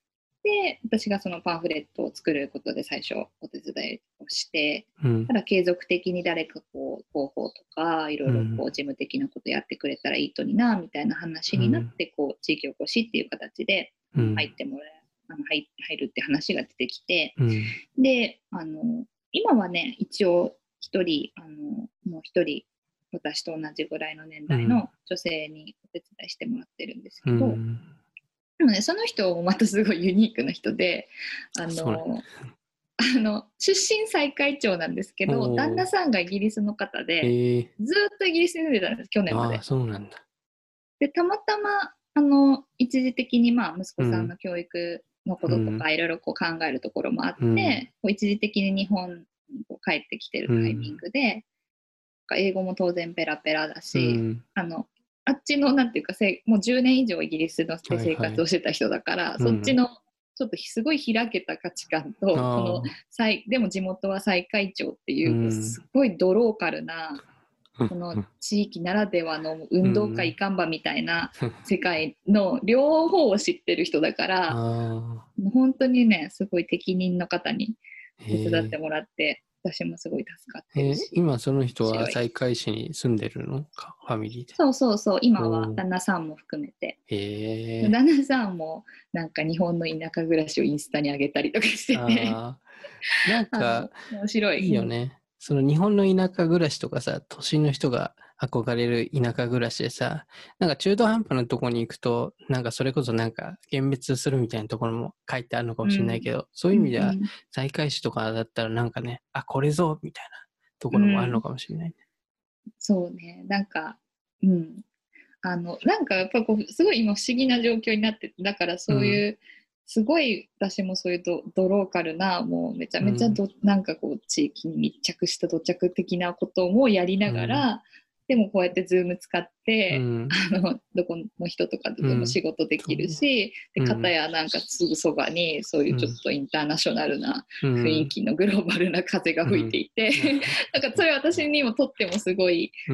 で私がそのパンフレットを作ることで最初お手伝いをして、
うん、
ただ継続的に誰かこう広報とかいろいろこ
うん
う事務的なことやってくれたらいいとになみたいな話になって、こう地域おこしっていう形であの入ってもらえあの 入, 入るって話が出てきて、
うん、
であの今はね一応一人あのもう一人私と同じぐらいの年代の女性にお手伝いしてもらってるんですけど、
うん、
でもねその人もまたすごいユニークな人で、あ
そうね。
のあの出身再会長なんですけど、
おー、
旦那さんがイギリスの方で、
えー、
ずっとイギリスに住んでたんです、去年ま
ああ、
で。
そうなんだ。
で、たまたま、あの、一時的に、まあ、息子さんの
うん、
教育のこ
うん、
ととか、いろいろこう考えるところもあっ
うん、
て、こう一時的に日本にこう帰ってきてる
う
タイミン
ん、
グで、英語も当然ペラペラだ
う
し、
ん、
あの、あっちの、なんていうか、せもうじゅうねん以上イギリスので生
はいはい。
活をしてた人だから、
うん、
そっちの、ちょっとすごい開けた価値観と、この
ああ、
再、でも地元は再会長っていう、こう
うん、
すごいドローカルな、この
うん、
地域ならではの
う
運動会
ん、
看板みたいな世界の両方を知ってる人だか
あ
ら、
あ、
もう本当にね、すごい適任の方に手伝って
へ
もらって、私もすごい助かっ
え、
てる
え、
し、
今その人は
面白い。
西海市に住んでるのか、ファミリーで。
そうそうそう、今は
おー、
旦那さんも含めて。
へえ、
旦那さんもなんか日本の田舎暮らしをインスタに上げたりとかしてて、
ああ、なん
あの、
か、
面白い。
いいよ
うん。
ね。その日本の田舎暮らしとかさ、都心の人が憧れる田舎暮らしでさ、なんか中途半端なところに行くと、なんかそれこそなんか幻滅するみたいなところも書いてあるのかもしれないけど、そういう意味では、
うん
西海市とかだったらなんかね、あ、これぞみたいなとこ
うん。
ろもあるの
うん。
かもしれないね。
そうね。なんか、うん。あの、なんかやっぱこう、すごい今不思議な状況になってて、だから
うん、
そういう、すごい私もそういうドドローカルな、もうめちゃ
うん、
めちゃど、なんかこう、地域に密着した土着的なこともやりなが
うん、
ら、でもこうやってズーム使っ
う
て、
ん、
あの、どこの人とかとも
うん、
仕事でき
そうね。
るし、で、
うん、
片やなんかすぐそばにそういうちょっ
うん、
とインターナショナルな
うん、
雰囲気のグローバルな風が
うん、
吹いていて、
な
なんかそれ私にもとってもすごい
うん、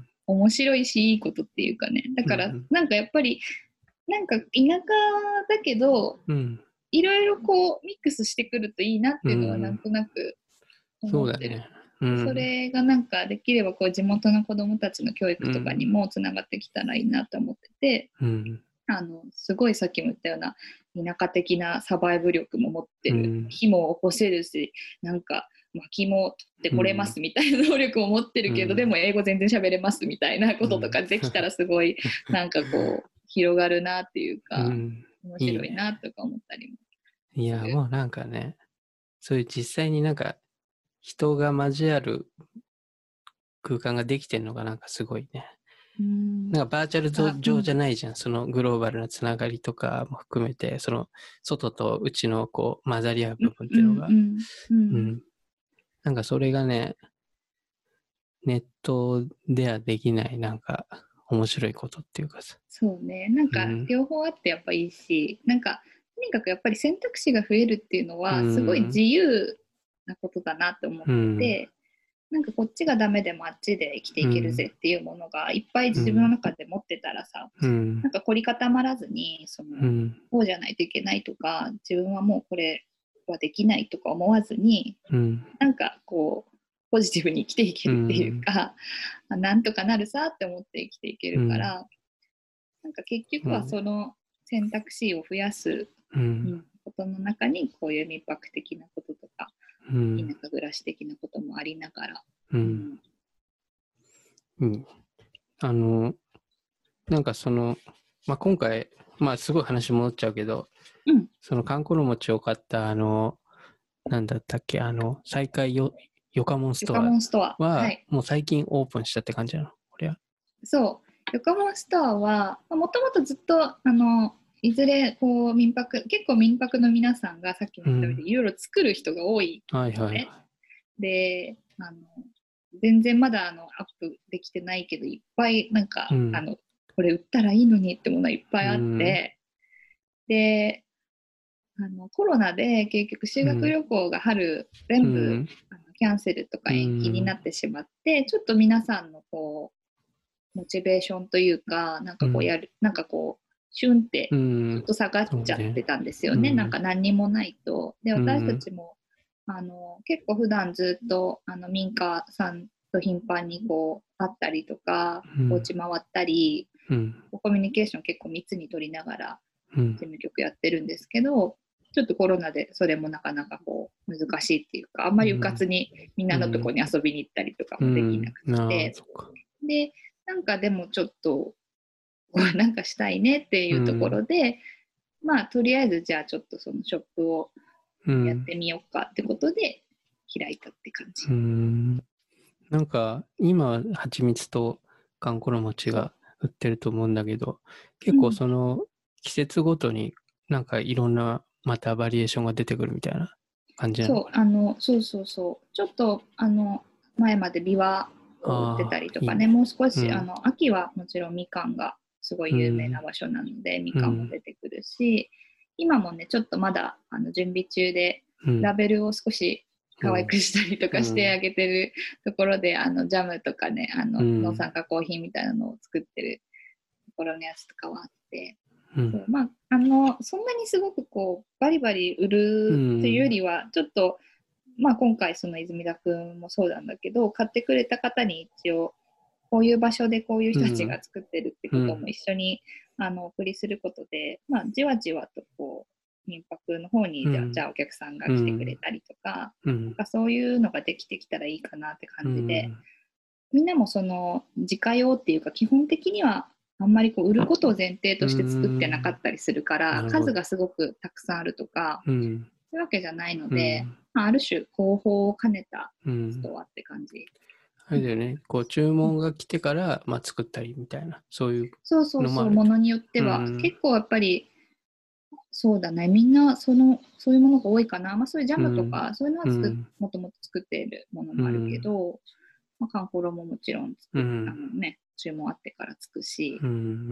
面白いし、いいことっていうかね。だから、
うん、
なんかやっぱり、なんか田舎だけど、
うん、
いろいろこうミックスしてくるといいなっ
う
ていうのはなん
ん、
となく思ってる。
そうだね。う
でそ
ん、
れがなんかできればこう地元の子どもたちの教育とかに
うん、
もつながってきたらいいなと思ってて、
うん、
あのすごいさっきも言ったような田舎的なサバイブ力も持ってる、
うん、
火も起こせるし、なんか薪も取ってこれますみたいな能力を持ってるけど、で
うん、
も英語全然喋れますみたいなことと
うん、
かできたらすごいなんかこう広がるなっていうか、
うん、
面
いいね。
白いなとか思ったりも
いや、
する。
もうなんかね、そういう実際になんか人が交わる空間ができてるのがなんかすごいね。
うん
なんかバーチャル
あ、う
上じゃ
ん、
ないじゃん。そのグローバルなつながりとかも含めて、その外と内のこう混ざり合う部分っ
うん、
ていうのが、
うん、うん。
うん。なんかそれがね、ネットではできないなんか面白いことっていうかさ。
そうね、なんか
うん。
両方あってやっぱいいし、なんかとにかくやっぱり選択肢が増えるっていうの
う
はすごい自
ん。
由なことだなって思っ
うん。
てて、なんかこっちがダメでもあっちで生きていける
うん。
ぜっていうものがいっぱい自分の
うん。
中で持ってたらさ、
うん。
なんか凝り固まらずに、その
うん。
こうじゃないといけないとか、自分はもうこれはできないとか思わずに、
うん。
なんかこうポジティブに生きていけ
う
るっていう
ん。
か、なんとかなるさって思って生きていけ
うん。
るから、なんか結局は
そうね。
その選択肢を増やす、
うん。
うん、ことの中にこういう密泊的なこととか
うん。
田舎暮らし的なこともありながら、
うん。
うん、
うん。あの、なんかその、まあ、今回、まあすごい話戻っちゃうけど、
うん、
その観光の餅を買ったあの、なんだったっけ、あの、再開よ、ヨカモンス
ヨカ
トア
モンストア、は
は、
い、
もう最近オープンしたって感じなのこれは。
そう、ヨカモンストアはもともとずっとあのいずれこう民泊、結構民泊の皆さんがさっきも言ったよう
うん。
にいろいろ作る人が多い
はいはいは
のね。で、あの全然まだあのアップできてないけど、いっぱいなん
い。うん。
かあのこれ売ったらいいのにってものはいっぱ
う
いあっ
ん。
て、であのコロナで結局修学
うん。
旅行が春
う
全部
ん。
あのキャンセルとか
う
延期にな
ん。
ってしまって、ちょっと皆さんのこうモチベーションというか、なんかこう
うん。
やる、なんかこうシュンって
う
ちょっ
ん。
と下がっちゃってたんですよね、
うん
なんか何にもないと。で
うん
私たちもあの結構普段ずっとあの民家さんと頻繁にこう会ったりとか、
うん
お家回ったり、
うん
コミュニケーション結構密に取りながら
うん
事務局やってるんですけど、ちょっとコロナでそれもなかなかこう難しいっていうか、あんまりうかつにみんなのとこに遊びに行ったりとかもできなく
うんああ
て、
そっか
でなんかでもちょっとこうなんかしたいねっていうところで、まあとりあえずじゃあちょっとそのショップをやってみようかってことで開いたって感じ。
うんなんか今蜂蜜とかんころ餅が売ってると思うんだけど、結構その季節ごとになんかいろんなまたバリエーションが出てくるみたいな感じなの
そう、
かな。
あの、そうそうそう。ちょっと、あの、前までビワを売ってた
ああ、
りとかね、
いいね。
もう少し、あ
うん。
の、秋はもちろんみかんがすごい有名な場所なので、みかんも
うん。
出てくるし、今もね、ちょっとまだあの準備中で、
うん。
ラベルを少し可愛くしたりとかしてあげてるところで、あの、ジャムとかね、あの、
うん。
農産加工品みたいなのを作ってるところのやつとかはあって、
うん。
そうまあ、あのそんなにすごくこうバリバリ売るというよりは、ちょっと、まあ、今回その泉田君もそうなんだけど、買ってくれた方に一応こういう場所でこういう人たちが作ってるってことも一緒に、あのお送りすることで、まあ、じわじわとこう民泊の方にじゃあ、
うん。
じゃあお客さんが来てくれたりとか、
うん。
なんかそういうのができてきたらいいかなって
う
感じで、
ん。
みんなもその自家用っていうか基本的にはあんまりこう売ることを前提として作ってなかったりするから、数がすごくたくさんあるとか、
うん。
そういうわけじゃないので、
うん。
まあ、ある種広報を兼ねた
うん。
ストアって感じ。
あれだよね。こう注文が来てから、まあ、作ったりみたいな、そういう
そうそうそう、
のもある。
ものによっては、
うん。
結構やっぱりそうだね、みんなそのそういうものが多いかな、まあ、そういうジャムと
うん。
かそういうのは作っ
うん。
もともと作っているもの
う
もあるけ
ん。
ど、まあ、カンコロももちろん作っあ
うん。
の、ね、注文あってからつくし、
うん。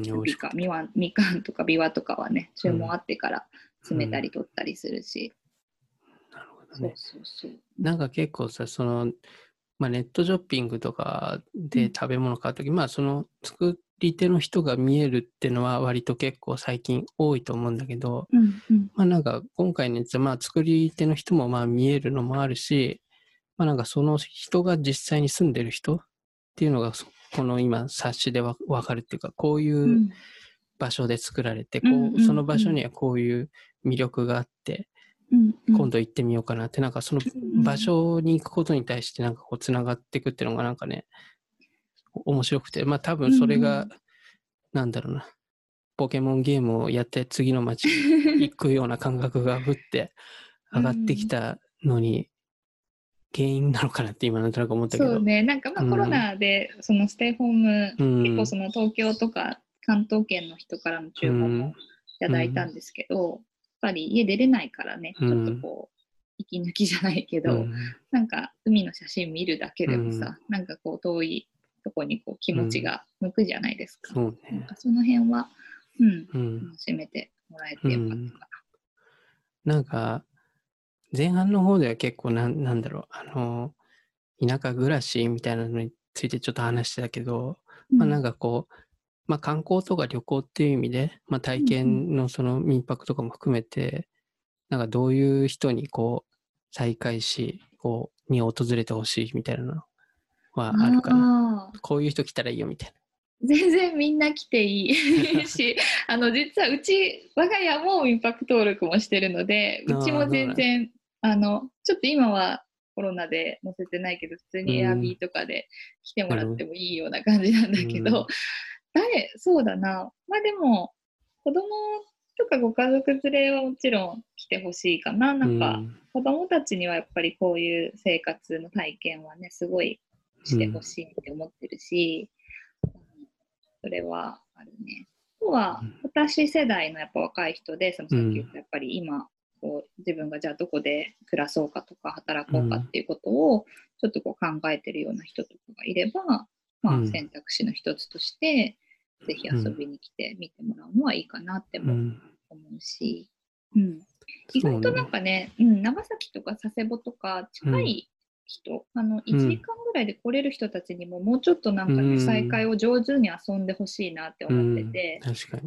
美味し
ビカ
かった。
みわんみかんとかビワとかはね、注文
うん。
あってから詰めたり取ったりするし、
なるほど
そう
ね。
そうそう。
なんか結構さ、その、まあ、ネットショッピングとかで食べ物買うとき、まあその作り手の人が見えるっていうのは割と結構最近多いと思うんだけど、
うんうん
まあなんか今回のやつはまあ作り手の人もまあ見えるのもあるし、まあなんかその人が実際に住んでる人っていうのがこの今冊子でわかるっていうか、こういう場所で作られて、
うん
こうその場
うん
所にはこういう魅力があって、
うんうん
今度行ってみようかなって、なんかその場所に行くことに対してなんかこうつながっていくっていうのがなんかね、面白くて、まあ多分それが、なんだろうな、ポケモンゲームをやって次の街に行くような感覚が降って上がってきたのに原因なのかなって今なんとなく思ったけど。
そうね、なんかまあコロナでそのステイホーム、
うん、
結構その東京とか関東圏の人からの注文もいただいたんですけど、うん、やっぱり家出れないからね、
うん、
ちょっとこう息抜きじゃないけど、うん、なんか海の写真見るだけでもさ、うん、なんかこう遠いとこにこう気持ちが向くじゃないですか。
うん、そうね、
なんかその辺は、うん、
うん、
楽しめてもらえてよかったかな。
うん、なんか前半の方では結構な、なんだろう、あの、田舎暮らしみたいなのについてちょっと話してたけど、うん、まあなんかこう、まあ観光とか旅行っていう意味で、まあ体験のその民泊とかも含めて、なんかどういう人にこう、再会し、こう、に訪れてほしいみたいなのはあるかな。こういう人来たらいいよみたいな。
全然みんな来ていいし、あの実はうち我が家も民泊登録もしてるので、うちも全然あのちょっと今はコロナで載せてないけど、普通にエアビーとかで来てもらってもいいような感じなんだけど、誰そうだな、まあでも子供とかご家族連れはもちろん来てほしいかな。なんか子供たちにはやっぱりこういう生活の体験はね、すごいしてほしいって思ってるし、それはあるね。あとは私世代のやっぱ若い人で、そのさっき言ったやっぱり今こう自分がじゃあどこで暮らそうかとか働こうかっていうことをちょっとこう考えてるような人とかがいれば、まあ、選択肢の一つとしてぜひ遊びに来て見てもらうのはいいかなっても思うし、うん、意外となんかね、うん、長崎とか佐世保とか近い人、あのいちじかんぐらいで来れる人たちにももうちょっとなんかね、再会を上手に遊んでほしいなって思ってて、
うん、確かに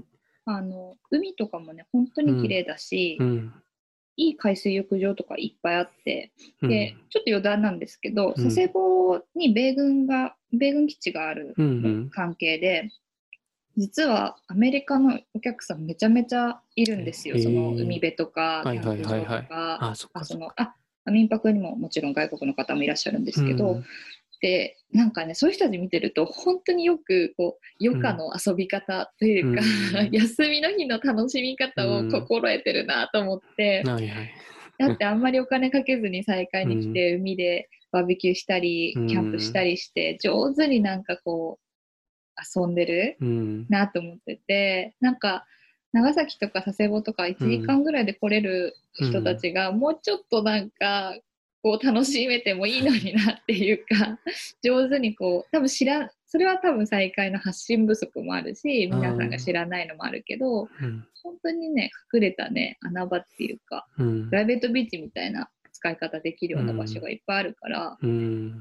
あの海とかもね本当に綺麗だし、
うん、
いい海水浴場とかいっぱいあって、
うん、
でちょっと余談なんですけど、
うん
佐世保に米軍が米軍基地がある
うん、
関係で、実はアメリカのお客さんめちゃめちゃいるんですよ。
へ
その海
え、
辺とか
はいはい
キャンプ場
はいはい。
とか、
あ、そっ
あ
かそっか。
そのあ民泊にももちろん外国の方もいらっしゃるんで
う
すけど、
ん、
でなんかねそういう人たち見てると本当によくこう余暇の遊び方というか、
うん、
休みの日の楽しみ
う
方を
ん、
心得てるなと思って、
はいはい。
だってあんまりお金かけずに再開に来
うん、
て海でバーベキューした
う
りキャンプした
ん、
りして上手になんかこう遊んでる
うん、
なと思ってて、なんか長崎とか佐世保とか1
うん、
時間ぐらいで来れる人た
うん、
ちがもうちょっとなんかこう楽しめてもいいのになっていうか上手にこう多分知らそれは多分再開の発信不足もあるし皆さんが知らないのもあるけど、
うん、
本当にね隠れたね穴場っていうか
うん、
プライベートビーチみたいな使い方できるような場所
うん、
がいっぱいあるから、
うん、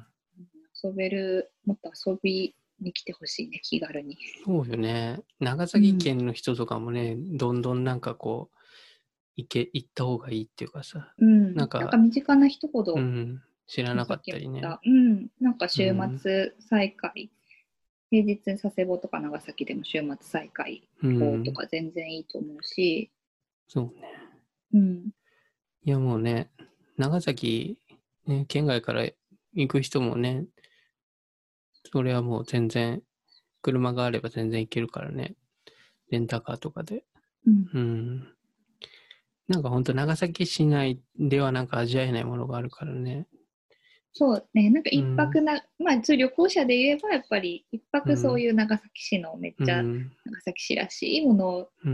遊べるもっと遊びに来てほしいね気軽に。
そうよね。長崎
うん、
県の人とかもね、どんどんなんかこう、行け、行った方がいいっていうかさ、
うん、
なんか、
なんか身近な人ほど、
うん、知らなかっ
さっき言っ
たりね。
た、うん、なんか週
うん、
末再開、平日佐世保とか長崎でも週末再開
う
こうと
ん、
か全然いいと思うし、
そうね。
うん、
いやもうね、長崎、ね、県外から行く人もね、それはもう全然、車があれば全然行けるからね。レンタカーとかで。
うん、
うん。なんかほんと長崎市内ではなんか味わえないものがあるからね。
そうね、なんか一
うん、
泊な、まあ、旅行者で言えば、やっぱり一泊そう
うん、
いう長崎市のめっちゃ
うん、
長崎市らしいものを
うん、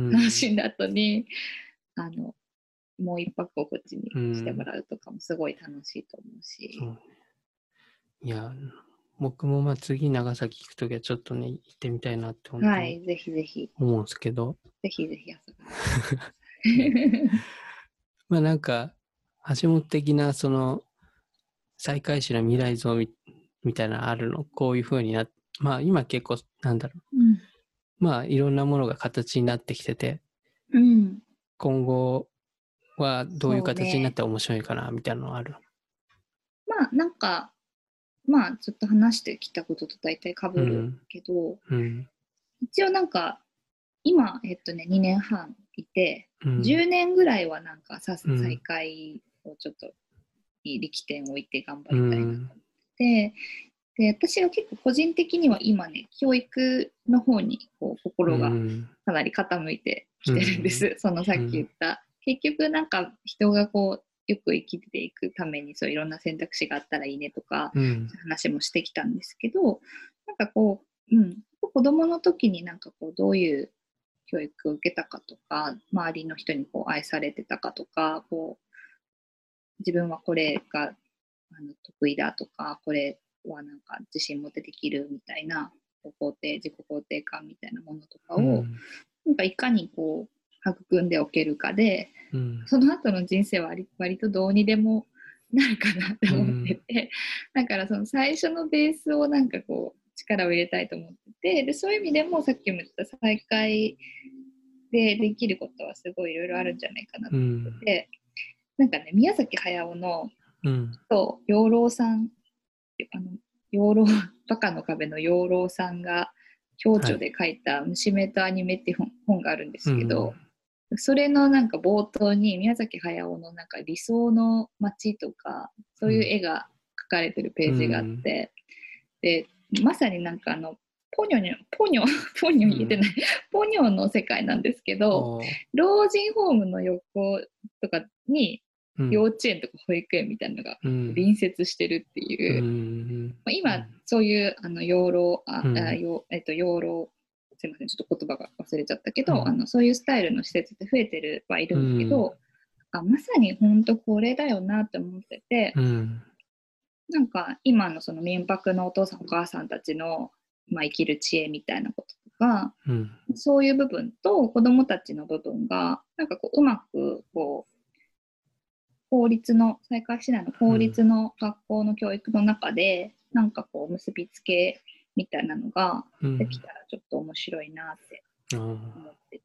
楽しんだ後に、あの、もう一泊をこっちに
う
しても
ん。
らうとかもすごい楽しいと思うし、
そうね。いや、僕もまあ次長崎行くときはちょっとね、行ってみたいなって本当に
はい、ぜひぜひ、
思うんですけど。
ぜひぜひ遊びに来てください。
まあなんか、橋本的なその再開始の未来像みみたいなのあるの。こういう風になっまあ今結構なんだろう。
うん、
まあいろんなものが形になってきてて、
うん、
今後はどういう
そうね。
形になって面白いかなみたいなのある。
まあ、なんか、まあ、ずっと話してきたことと大体被る
うん、
けど、
うん、
一応なんか、今、えっとね、にねんはんいて、
うん、
じゅうねんぐらいはなんかさ再
うん、
開をちょっといい力点を置いて頑張
う
りたいなと
ん、
思ってて、で、私は結構個人的には今ね、教育の方にこう
う
心が
ん、
かなり傾いてき
う
てるんで
ん、
す。そのさっき言った。結局なんか人がこう、よく生きていくためにそういろんな選択肢があったらいいねとか、
うん、
話もしてきたんですけど、なんかこう、うん、子供の時になんかこう、どういう教育を受けたかとか、周りの人にこう愛されてたかとか、こう自分はこれがあの得意だとか、これはなんか自信持ってできるみたいな、肯定、自己肯定感みたいなものとかを、
うん、
なんかいかにこう育んでおけるかで、
うん、
その後の人生は割割とどうにでもなるかなって思ってて、だからその最初のベースをなんかこう力を入れたいと思ってて、でそういう意味でもさっきも言った再会でできることはすごいいろいろあるんじゃないかなと思ってて、なんかね、宮崎駿の
うん、
と養老さん、あの養老バカの壁の養老さんが共著
はい。
で書いた虫目とアニメっていう本本があるんで
うん、
すけど、それのなんか冒頭に宮崎駿のなんか理想の街とかそういう
うん、
絵が描かれてるペ
う
ージがあっ
ん、
て、でまさになんかあのポニョにポニョポニョ言えてないポニョの世界なんですけど、
おー、
老人ホームの横とかに
うん、
幼稚園とか保育園みたいなのが
うん、
隣接してるって
う
いう、
ん、
まあ、今そういうあの養老ああ
うん、
養、えっと、養老すいませんちょっと言葉が忘れちゃったけど、あ
うん、
のそういうスタイルの施設って増えてるはいる
う
んだけ
ん、
ど、あまさに本当これだよなって思ってて、
うん、
なんか今のその民泊のお父さんお母さんたちの、まあ、生きる知恵みたいなこととか、
うん、
そういう部分と子どもたちの部分がなんかこううまくこう公立の西海市内の公立の学校の教育の中でなんかこう結びつけみたいなのが
うん、
できたらちょっと面白いなって
あ
思っ
ー
て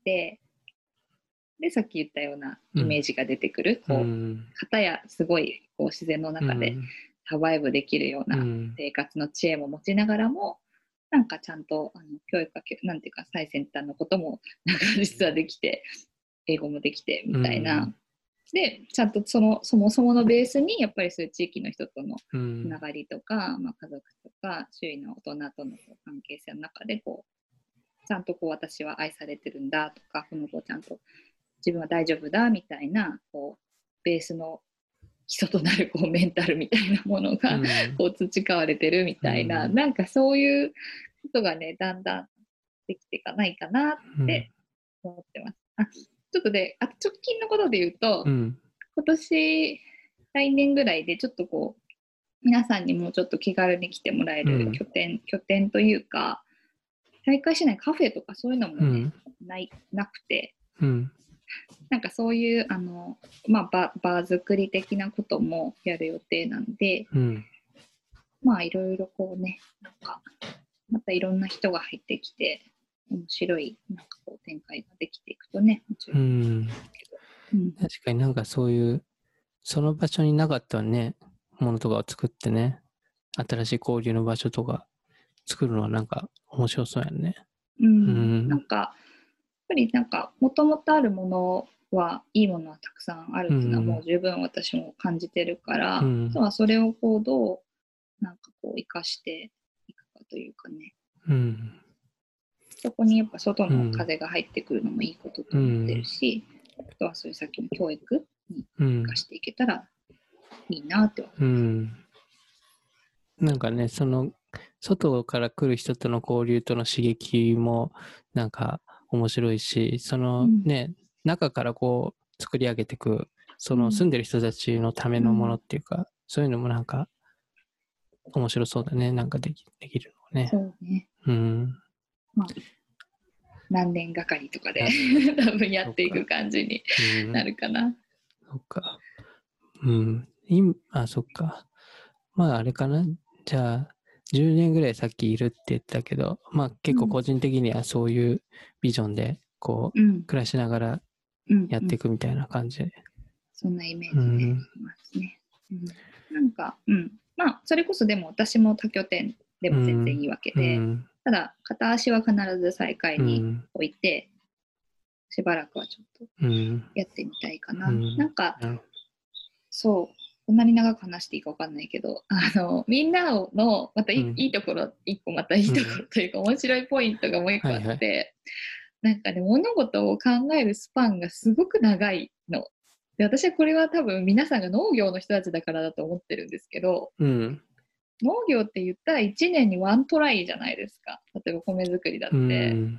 て、でさっき言ったようなイメージが出てくる、うん、こう片やすごいこう自然の中でサバイブできるような生活の知恵も持ちながらも、なんかちゃんとあの教育がなんていうか最先端のこともなんか実はできて、英語もできてみたいな、うん、でちゃんとそのそもそものベースにやっぱりそういう地域の人とのつながりとか、うんまあ、家族とか周囲の大人との関係性の中でこうちゃんとこう私は愛されてるんだとか、この子ちゃんと自分は大丈夫だみたいなこうベースの基礎となるこうメンタルみたいなものが、うん、こう培われてるみたいな、うん、なんかそういうことがねだんだんできていかないかなって思ってます。うん、あちょっとであと直近のことで言うと、うん、今年来年ぐらいでちょっとこう皆さんにもうちょっと気軽に来てもらえる拠点、うん、拠点というか大会しないカフェとかそういうのもね、うん、ないなくて、うん、なんかそういうあの、まあ、バ, バー作り的なこともやる予定なんで、うん、まあいろいろこうねなんかまたいろんな人が入ってきて面白いなんかこう展開ができていくとねもちろん、うん
うん、確かになんかそういうその場所になかったねものとかを作ってね新しい交流の場所とか作るのはなんか面白そうやね。
うん、うん、なんかやっぱりなんかもともとあるものはいいものはたくさんあるっていうのはもう十分私も感じてるから、うん、あとはそれをこうどうなんかこう生かしていくかというかね、うん、そこにやっぱ外の風が入ってくるのもいいことと思ってるし、うん、あとはそういうさっきの教育に生かしていけたらいいなって思います、うん、
なんかねその外から来る人との交流との刺激もなんか面白いし、そのね、うん、中からこう作り上げていくその住んでる人たちのためのものっていうか、うん、そういうのもなんか面白そうだね、なんかでき、できるのね。
そうね。うん。まあ、何年がかりとかで多分やっていく感じになるかな。うん、
そっか。うん。今、あ、そっか。まああれかな。じゃあ、じゅうねんぐらいさっきいるって言ったけど、まあ結構個人的にはそういうビジョンで、こう、うん、暮らしながらやっていくみたいな感じで。うんうん、
そんなイメージでいますね。うん、なんか、うん。まあ、それこそでも私も多拠点でも全然いいわけで、うん、ただ、片足は必ず最下位に置いて、うん、しばらくはちょっとやってみたいかな。うん、なんか、そう。こんなに長く話していいか分かんないけど、あのみんなのまたいい、うん、いいところいっこまたいいところというか、うん、面白いポイントがもういっこあって、はいはい、なんかね物事を考えるスパンがすごく長いので、私はこれは多分皆さんが農業の人たちだからだと思ってるんですけど、うん、農業って言ったらいちねんにワントライじゃないですか。例えば米作りだって、うん、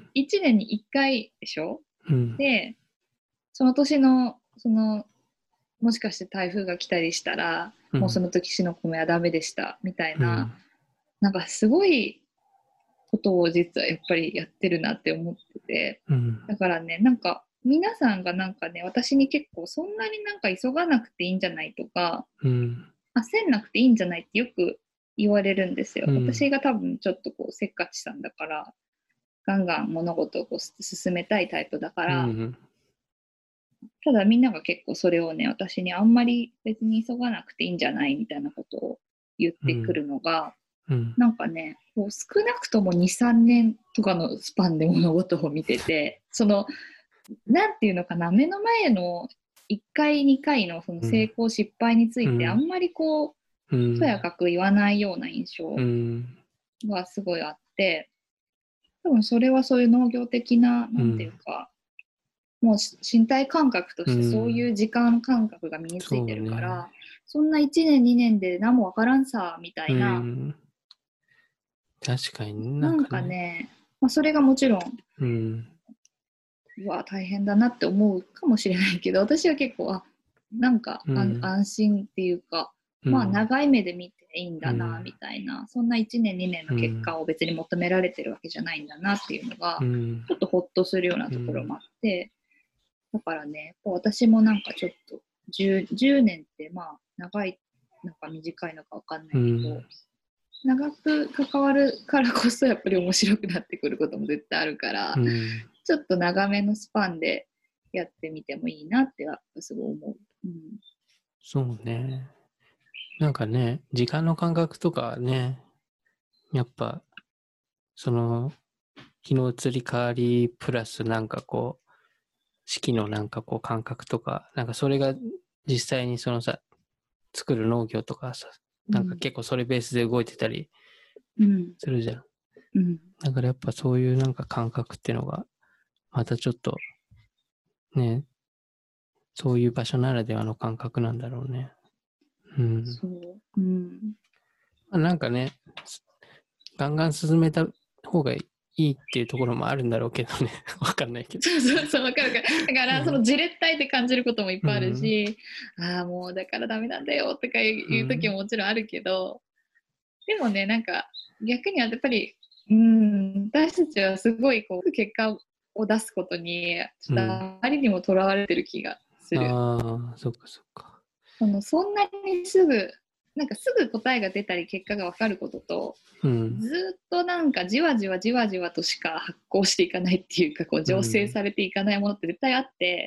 いちねんにいっかいでしょ、うん、でその年のそのもしかして台風が来たりしたら、うん、もうその時市の米はダメでしたみたいな、うん、なんかすごいことを実はやっぱりやってるなって思ってて、うん、だからねなんか皆さんがなんかね私に結構そんなになんか急がなくていいんじゃないとか、うん、焦んなくていいんじゃないってよく言われるんですよ、うん、私が多分ちょっとこうせっかちさんだからガンガン物事をこう進めたいタイプだから、うん、ただみんなが結構それをね私にあんまり別に急がなくていいんじゃないみたいなことを言ってくるのが、うん、なんかねこう少なくとも にさんねんとかのスパンで物事を見てて、そのなんていうのかな、目の前のいっかいにかいのその成功失敗についてあんまりこう、うん、とやかく言わないような印象がすごいあって、多分それはそういう農業的ななんていうか、うん、もう身体感覚としてそういう時間感覚が身についてるから、うん そ, ね、そんないちねんにねんで何もわからんさみたいな、うん、
確かに
なんか ね, なんかね、まあ、それがもちろん、うん、うわ大変だなって思うかもしれないけど、私は結構あなんか、うん、安心っていうか、うん、まあ長い目で見ていいんだなみたいな、うん、そんないちねんにねんの結果を別に求められてるわけじゃないんだなっていうのが、うん、ちょっとホッとするようなところもあって、だからね私もなんかちょっと 10, じゅうねんってまあ長いのか短いのか分かんないけど、うん、長く関わるからこそやっぱり面白くなってくることも絶対あるから、うん、 ちょっと長めのスパンでやってみてもいいなってはすごい思う。うん、
そうね。なんかね、時間の感覚とかね、やっぱ、その、日の移り変わりプラスなんかこう、四季のなんかこう感覚とか、なんかそれが実際にそのさ、作る農業とかさ、なんか結構それベースで動いてたりするじゃん。
うんうん、
だからやっぱそういうなんか感覚っていうのが、またちょっと、ね、そういう場所ならではの感覚なんだろうね。うん。
そう。うん。
まあ、なんかね、ガンガン進めた方がいいっていうところもあるんだろうけどね。わかんないけど。
そうそうそう、わかるかる。だから、そのじれったいって感じることもいっぱいあるし、うん、ああ、もうだからダメなんだよとかいう時ももちろんあるけど、うん、でもね、なんか逆にやっぱり、うん、私たちはすごいこう結果を出すことに、ちょっとあまりにもとらわれてる気がする。
うん、ああ、そっかそっか。
そのそんなにすぐ、なんかすぐ答えが出たり結果が分かることと、うん、ずっとなんかじわじわじわじわとしか発酵していかないっていうか、こう醸成されていかないものって絶対あって、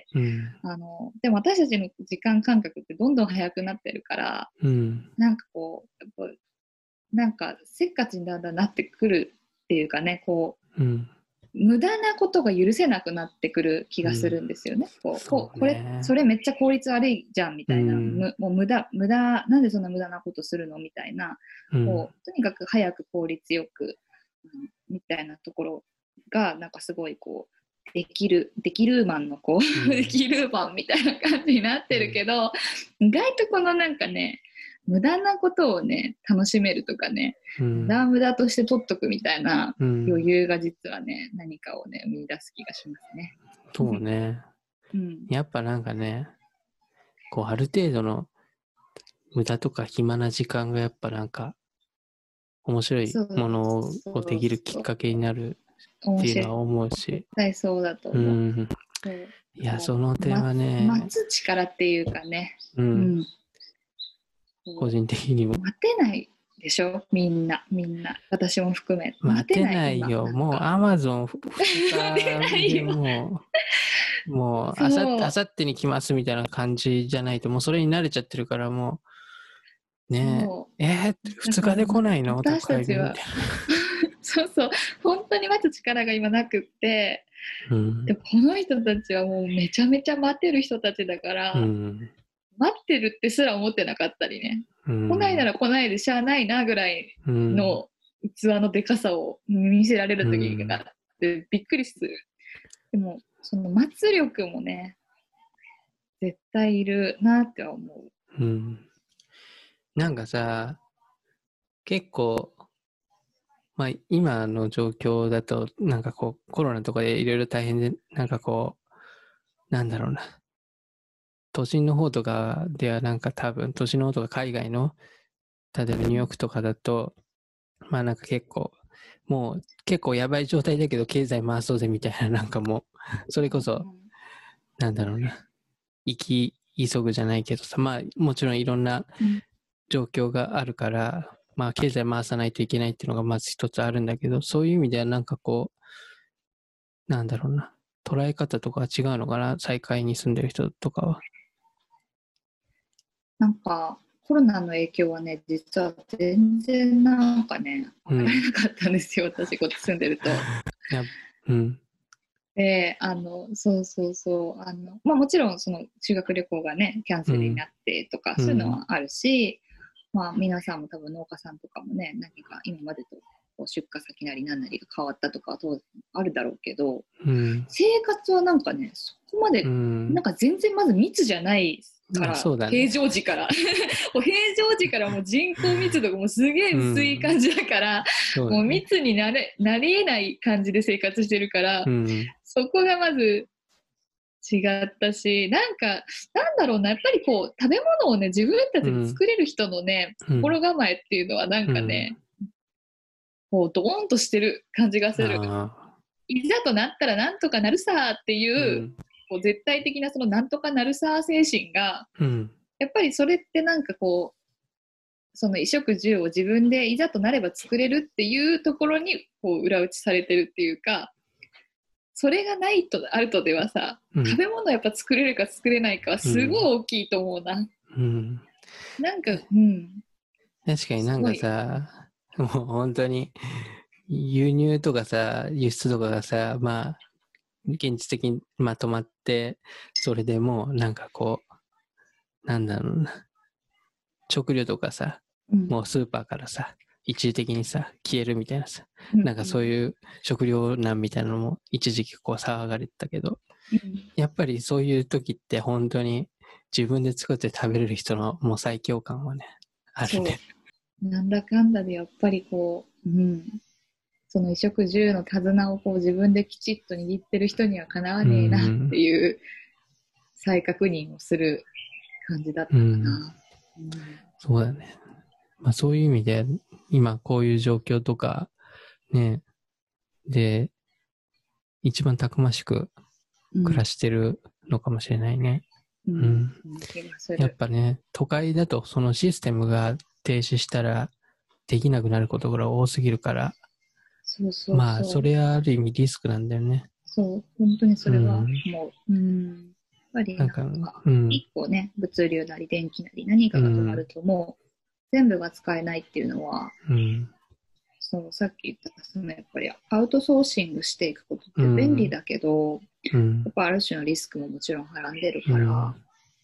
うん、あのでも私たちの時間感覚ってどんどん速くなってるから、うん、なんかこうやっぱなんかせっかちにだんだんなってくるっていうかね、こう、うん、無駄なことが許せなくなってくる気がするんですよね。うん、こうこうこれそれめっちゃ効率悪いじゃんみたいな、うん、もう無駄無駄なんでそんな無駄なことするのみたいな、うん、こうとにかく早く効率よく、うん、みたいなところがなんかすごいこうできるできるマンのこう、うん、できるマンみたいな感じになってるけど、うん、意外とこのなんかね無駄なことをね楽しめるとかね、うん、無駄無駄として取っとくみたいな余裕が実はね、うん、何かをね見出す気がしますね。
そうね、うん、やっぱなんかねこうある程度の無駄とか暇な時間がやっぱなんか面白いものをできるきっかけになるっていうのは思うし、
絶対そうだと思う。うん、
そういやその点はね、
待つ力っていうかね、うん、うん
個人的にも
待てないでしょ、みんなみんな私も含め
待てないよ。もうアマゾンふつかでもうもうあさあさってに来ますみたいな感じじゃないともうそれに慣れちゃってるからもうねええー、ふつかで来ないの
私たちはそうそう本当に待つ力が今なくって、うん、でこの人たちはもうめちゃめちゃ待てる人たちだから、うん、待ってるってすら思ってなかったりね、うん、来ないなら来ないでしゃあないなぐらいの器のでかさを見せられる時があってびっくりする。でもその待つ力もね絶対いるなって思う、うん、
なんかさ結構まあ今の状況だとなんかこうコロナとかでいろいろ大変でなんかこうなんだろうな都心の方とかではなんか多分都心の方とか海外の例えばニューヨークとかだとまあなんか結構もう結構やばい状態だけど経済回そうぜみたいななんかもうそれこそなんだろうな生き急ぐじゃないけどさまあもちろんいろんな状況があるからまあ経済回さないといけないっていうのがまず一つあるんだけどそういう意味ではなんかこうなんだろうな捉え方とか違うのかな再開に住んでる人とかは。
なんかコロナの影響はね実は全然なんかね分からなかったんですよ、うん、私こっち住んでると。いや、うん、であのそうそうそうあの、まあ、もちろんその修学旅行がねキャンセルになってとか、うん、そういうのはあるし、まあ、皆さんも多分農家さんとかもね何か今までと出荷先なり何なりが変わったとかは当然あるだろうけど、うん、生活はなんかねそこまで、うん、なんか全然まず密じゃないから、まあね、平常時から平常時からもう人口密度がもうすげえ薄い感じだから、うんね、もう密になれなりえない感じで生活してるから、うん、そこがまず違ったし、なんかなんだろうなやっぱりこう食べ物をね自分たちで作れる人のね、うん、心構えっていうのはなんかね、うん、こうドーンとしてる感じがする。いざとなったらなんとかなるさっていう、うん、こう絶対的なそのなんとかなるさ精神が、うん、やっぱりそれってなんかこうその衣食住を自分でいざとなれば作れるっていうところにこう裏打ちされてるっていうか、 それがないとアルトではさ、
うん
食べ物やっぱ作れるか作れないかはすごい大きいと思うな。
うん。
なんか、うん。
確かになんかさ、もう本当に輸入とかさ、輸出とかがさ、まあ、現実的にまとまって、それでもうなんかこう、なんだろうな、食料とかさ、
うん、
もうスーパーからさ、一時的にさ、消えるみたいなさ、
うん、
なんかそういう食料難みたいなのも一時期こう騒がれてたけど、
うん、
やっぱりそういう時って本当に自分で作って食べれる人のもう最強感はね、あるね。
なんだかんだでやっぱりこう、うん、その衣食住の手綱をこう自分できちっと握ってる人にはかなわねえなっていう再確認をする感じだったかな。うんうん、
そうだね。まあそういう意味で、今こういう状況とか、ね、で、一番たくましく暮らしてるのかもしれないね。うん。うん、やっぱね、都会だとそのシステムが停止したらできなくなることが多すぎるから、
そうそうそう、
まあそれはある意味リスクなんだよね。
そう、本当にそれは思う。うん。うん、やっぱりなんか、うん、一個ね、物流なり電気なり何かが止まるともう、全部が使えないっていうのは、うん、そうさっき言ったそのやっぱりアウトソーシングしていくことって便利だけど、うん、やっぱある種のリスクももちろんはらんでるから、うん、な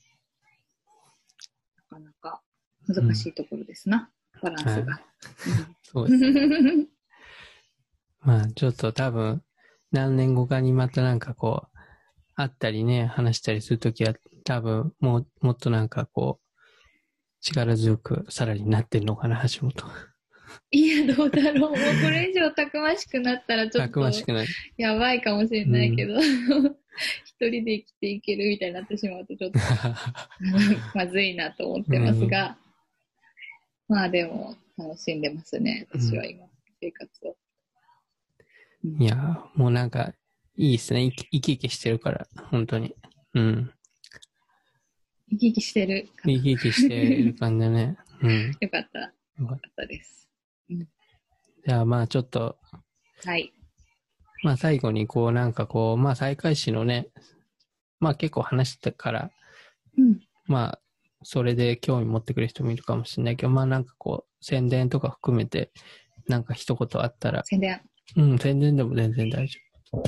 かなか難しいところですな、うん、バランスが、はい、
そうですねまあちょっと多分何年後かにまたなんかこう会ったりね話したりするときは多分もうもっとなんかこう力強くさらになってんのかな、橋本。
いや、どうだろう。もうこれ以上たくましくなったらちょっとやばいかもしれないけど、うん、一人で生きていけるみたいになってしまうとちょっとまずいなと思ってますが、うん、まあでも楽しんでますね、私は今、うん、生活を。
うん、いや、もうなんかいいですね。生き生き生きしてるから、本当に。うん。
生き生きしてるかな。
生き生きしてる感じだね。うん。
よかった。よかったです。うん、
じゃあまあちょっと。
はい。
まあ最後にこうなんかこう、まあ再開始のね、まあ結構話してから、うん、まあそれで興味持ってくる人もいるかもしれないけど、まあなんかこう宣伝とか含めて、なんか一言あったら。
宣伝。
うん、宣伝でも全然大丈夫。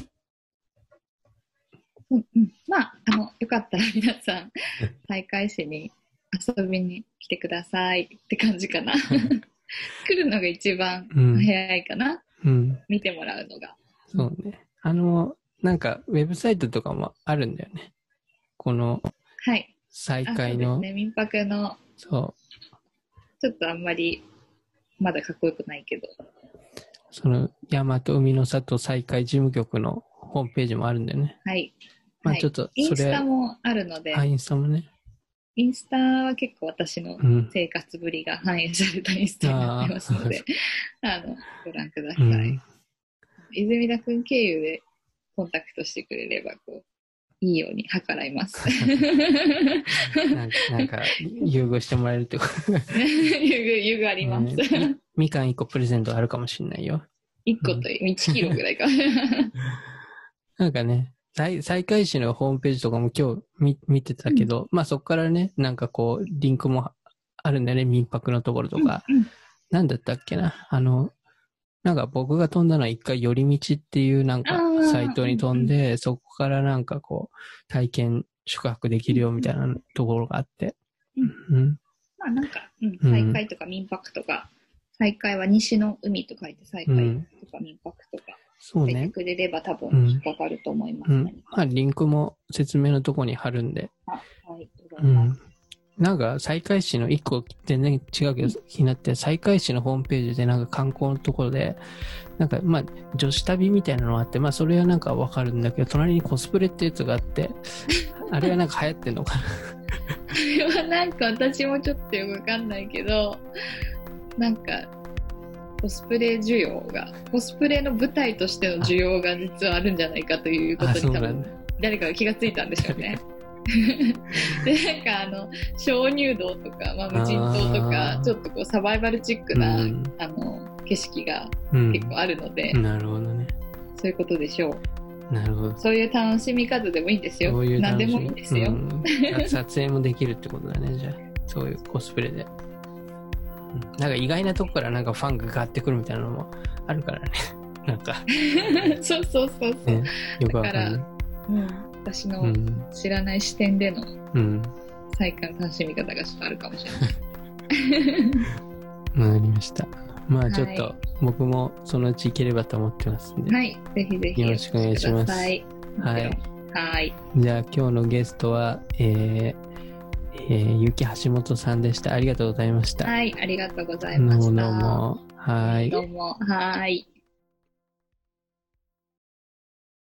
うんうん、まあ、あの、よかったら皆さん、再開始に遊びに来てくださいって感じかな。来るのが一番早いかな、うん。見てもらうのが。
そうね。あの、なんか、ウェブサイトとかもあるんだよね。この、
はい。
再開の。
そうですね、民泊の。
そう。
ちょっとあんまり、まだかっこよくないけど。
その、大和海の里再開事務局のホームページもあるんだよね。
はい。
まあちょっと
インスタもあるので。
あ、インスタもね。
インスタは結構私の生活ぶりが反映されたインスタになってますので、うん、あ, あのご覧ください。うん、泉田くん経由でコンタクトしてくれればこういいように計らいます。
なんか、なんか優遇してもらえるってこと。優
遇優遇あります。
み, みかんいっこプレゼントあるかもしれないよ。
いっこといちキロぐらいか。
なんかね。再, 再開始のホームページとかも今日 見, 見てたけど、うん、まあそこからね、なんかこう、リンクもあるんだよね、民泊のところとか。うんうん、なんだったっけな、あの、なんか僕が飛んだのは一回寄り道っていうなんかサイトに飛んで、そこからなんかこう、体験宿泊できるよみたいなところがあって。
うん。うん、まあなんか、うん、再開とか民泊とか、再開は西の海と書いて再開とか民泊とか。
そうね。
出てくれれば多分引っかかると思います、ね。
うんうん、まあリンクも説明のところに貼るんで。
あ、はい。
うん。なんか再開始の一個全然違うけど気になって、再開始のホームページでなんか観光のところで、なんかまあ女子旅みたいなのがあって、まあそれはなんかわかるんだけど、隣にコスプレってやつがあって、あれはなんか流行ってんのかな。
あれはなんか私もちょっとよくわかんないけど、なんか、コスプレ需要がコスプレの舞台としての需要が実はあるんじゃないかということに多分誰かが気がついたんでしょうね。でなんかあの鍾乳洞とか、まあ、無人島とかちょっとこうサバイバルチックな、うん、あの景色が結構あるので、
うん、なるほどね。
そういうことでしょう。
なるほど。
そういう楽しみ方でもいいんですよ。
そういう
何で
楽しみ
もいいんですよ。
うん、撮影もできるってことだね、じゃあ。そういうコスプレで。うん、なんか意外なとこからなんかファンが変わってくるみたいなのもあるからね。なんか。
そうそうそうそう。
ね、よくわかんない。
だから、うん、私の
うん
知らない視点での
うん。
再会の楽しみ方がちょっとあるかもしれない。
わかりました。まあちょっ
は
と僕もそのうち行ければと思ってますんで。
はい、ぜひぜひ
よろしくお願いします
お越しください。
はい。
はい。
じゃあ今日のゲストは、えーえー、ゆき橋本さんでした。ありがとうございました。
はい、ありがとうございました。
どうもどうも。はい。
どうも、はい。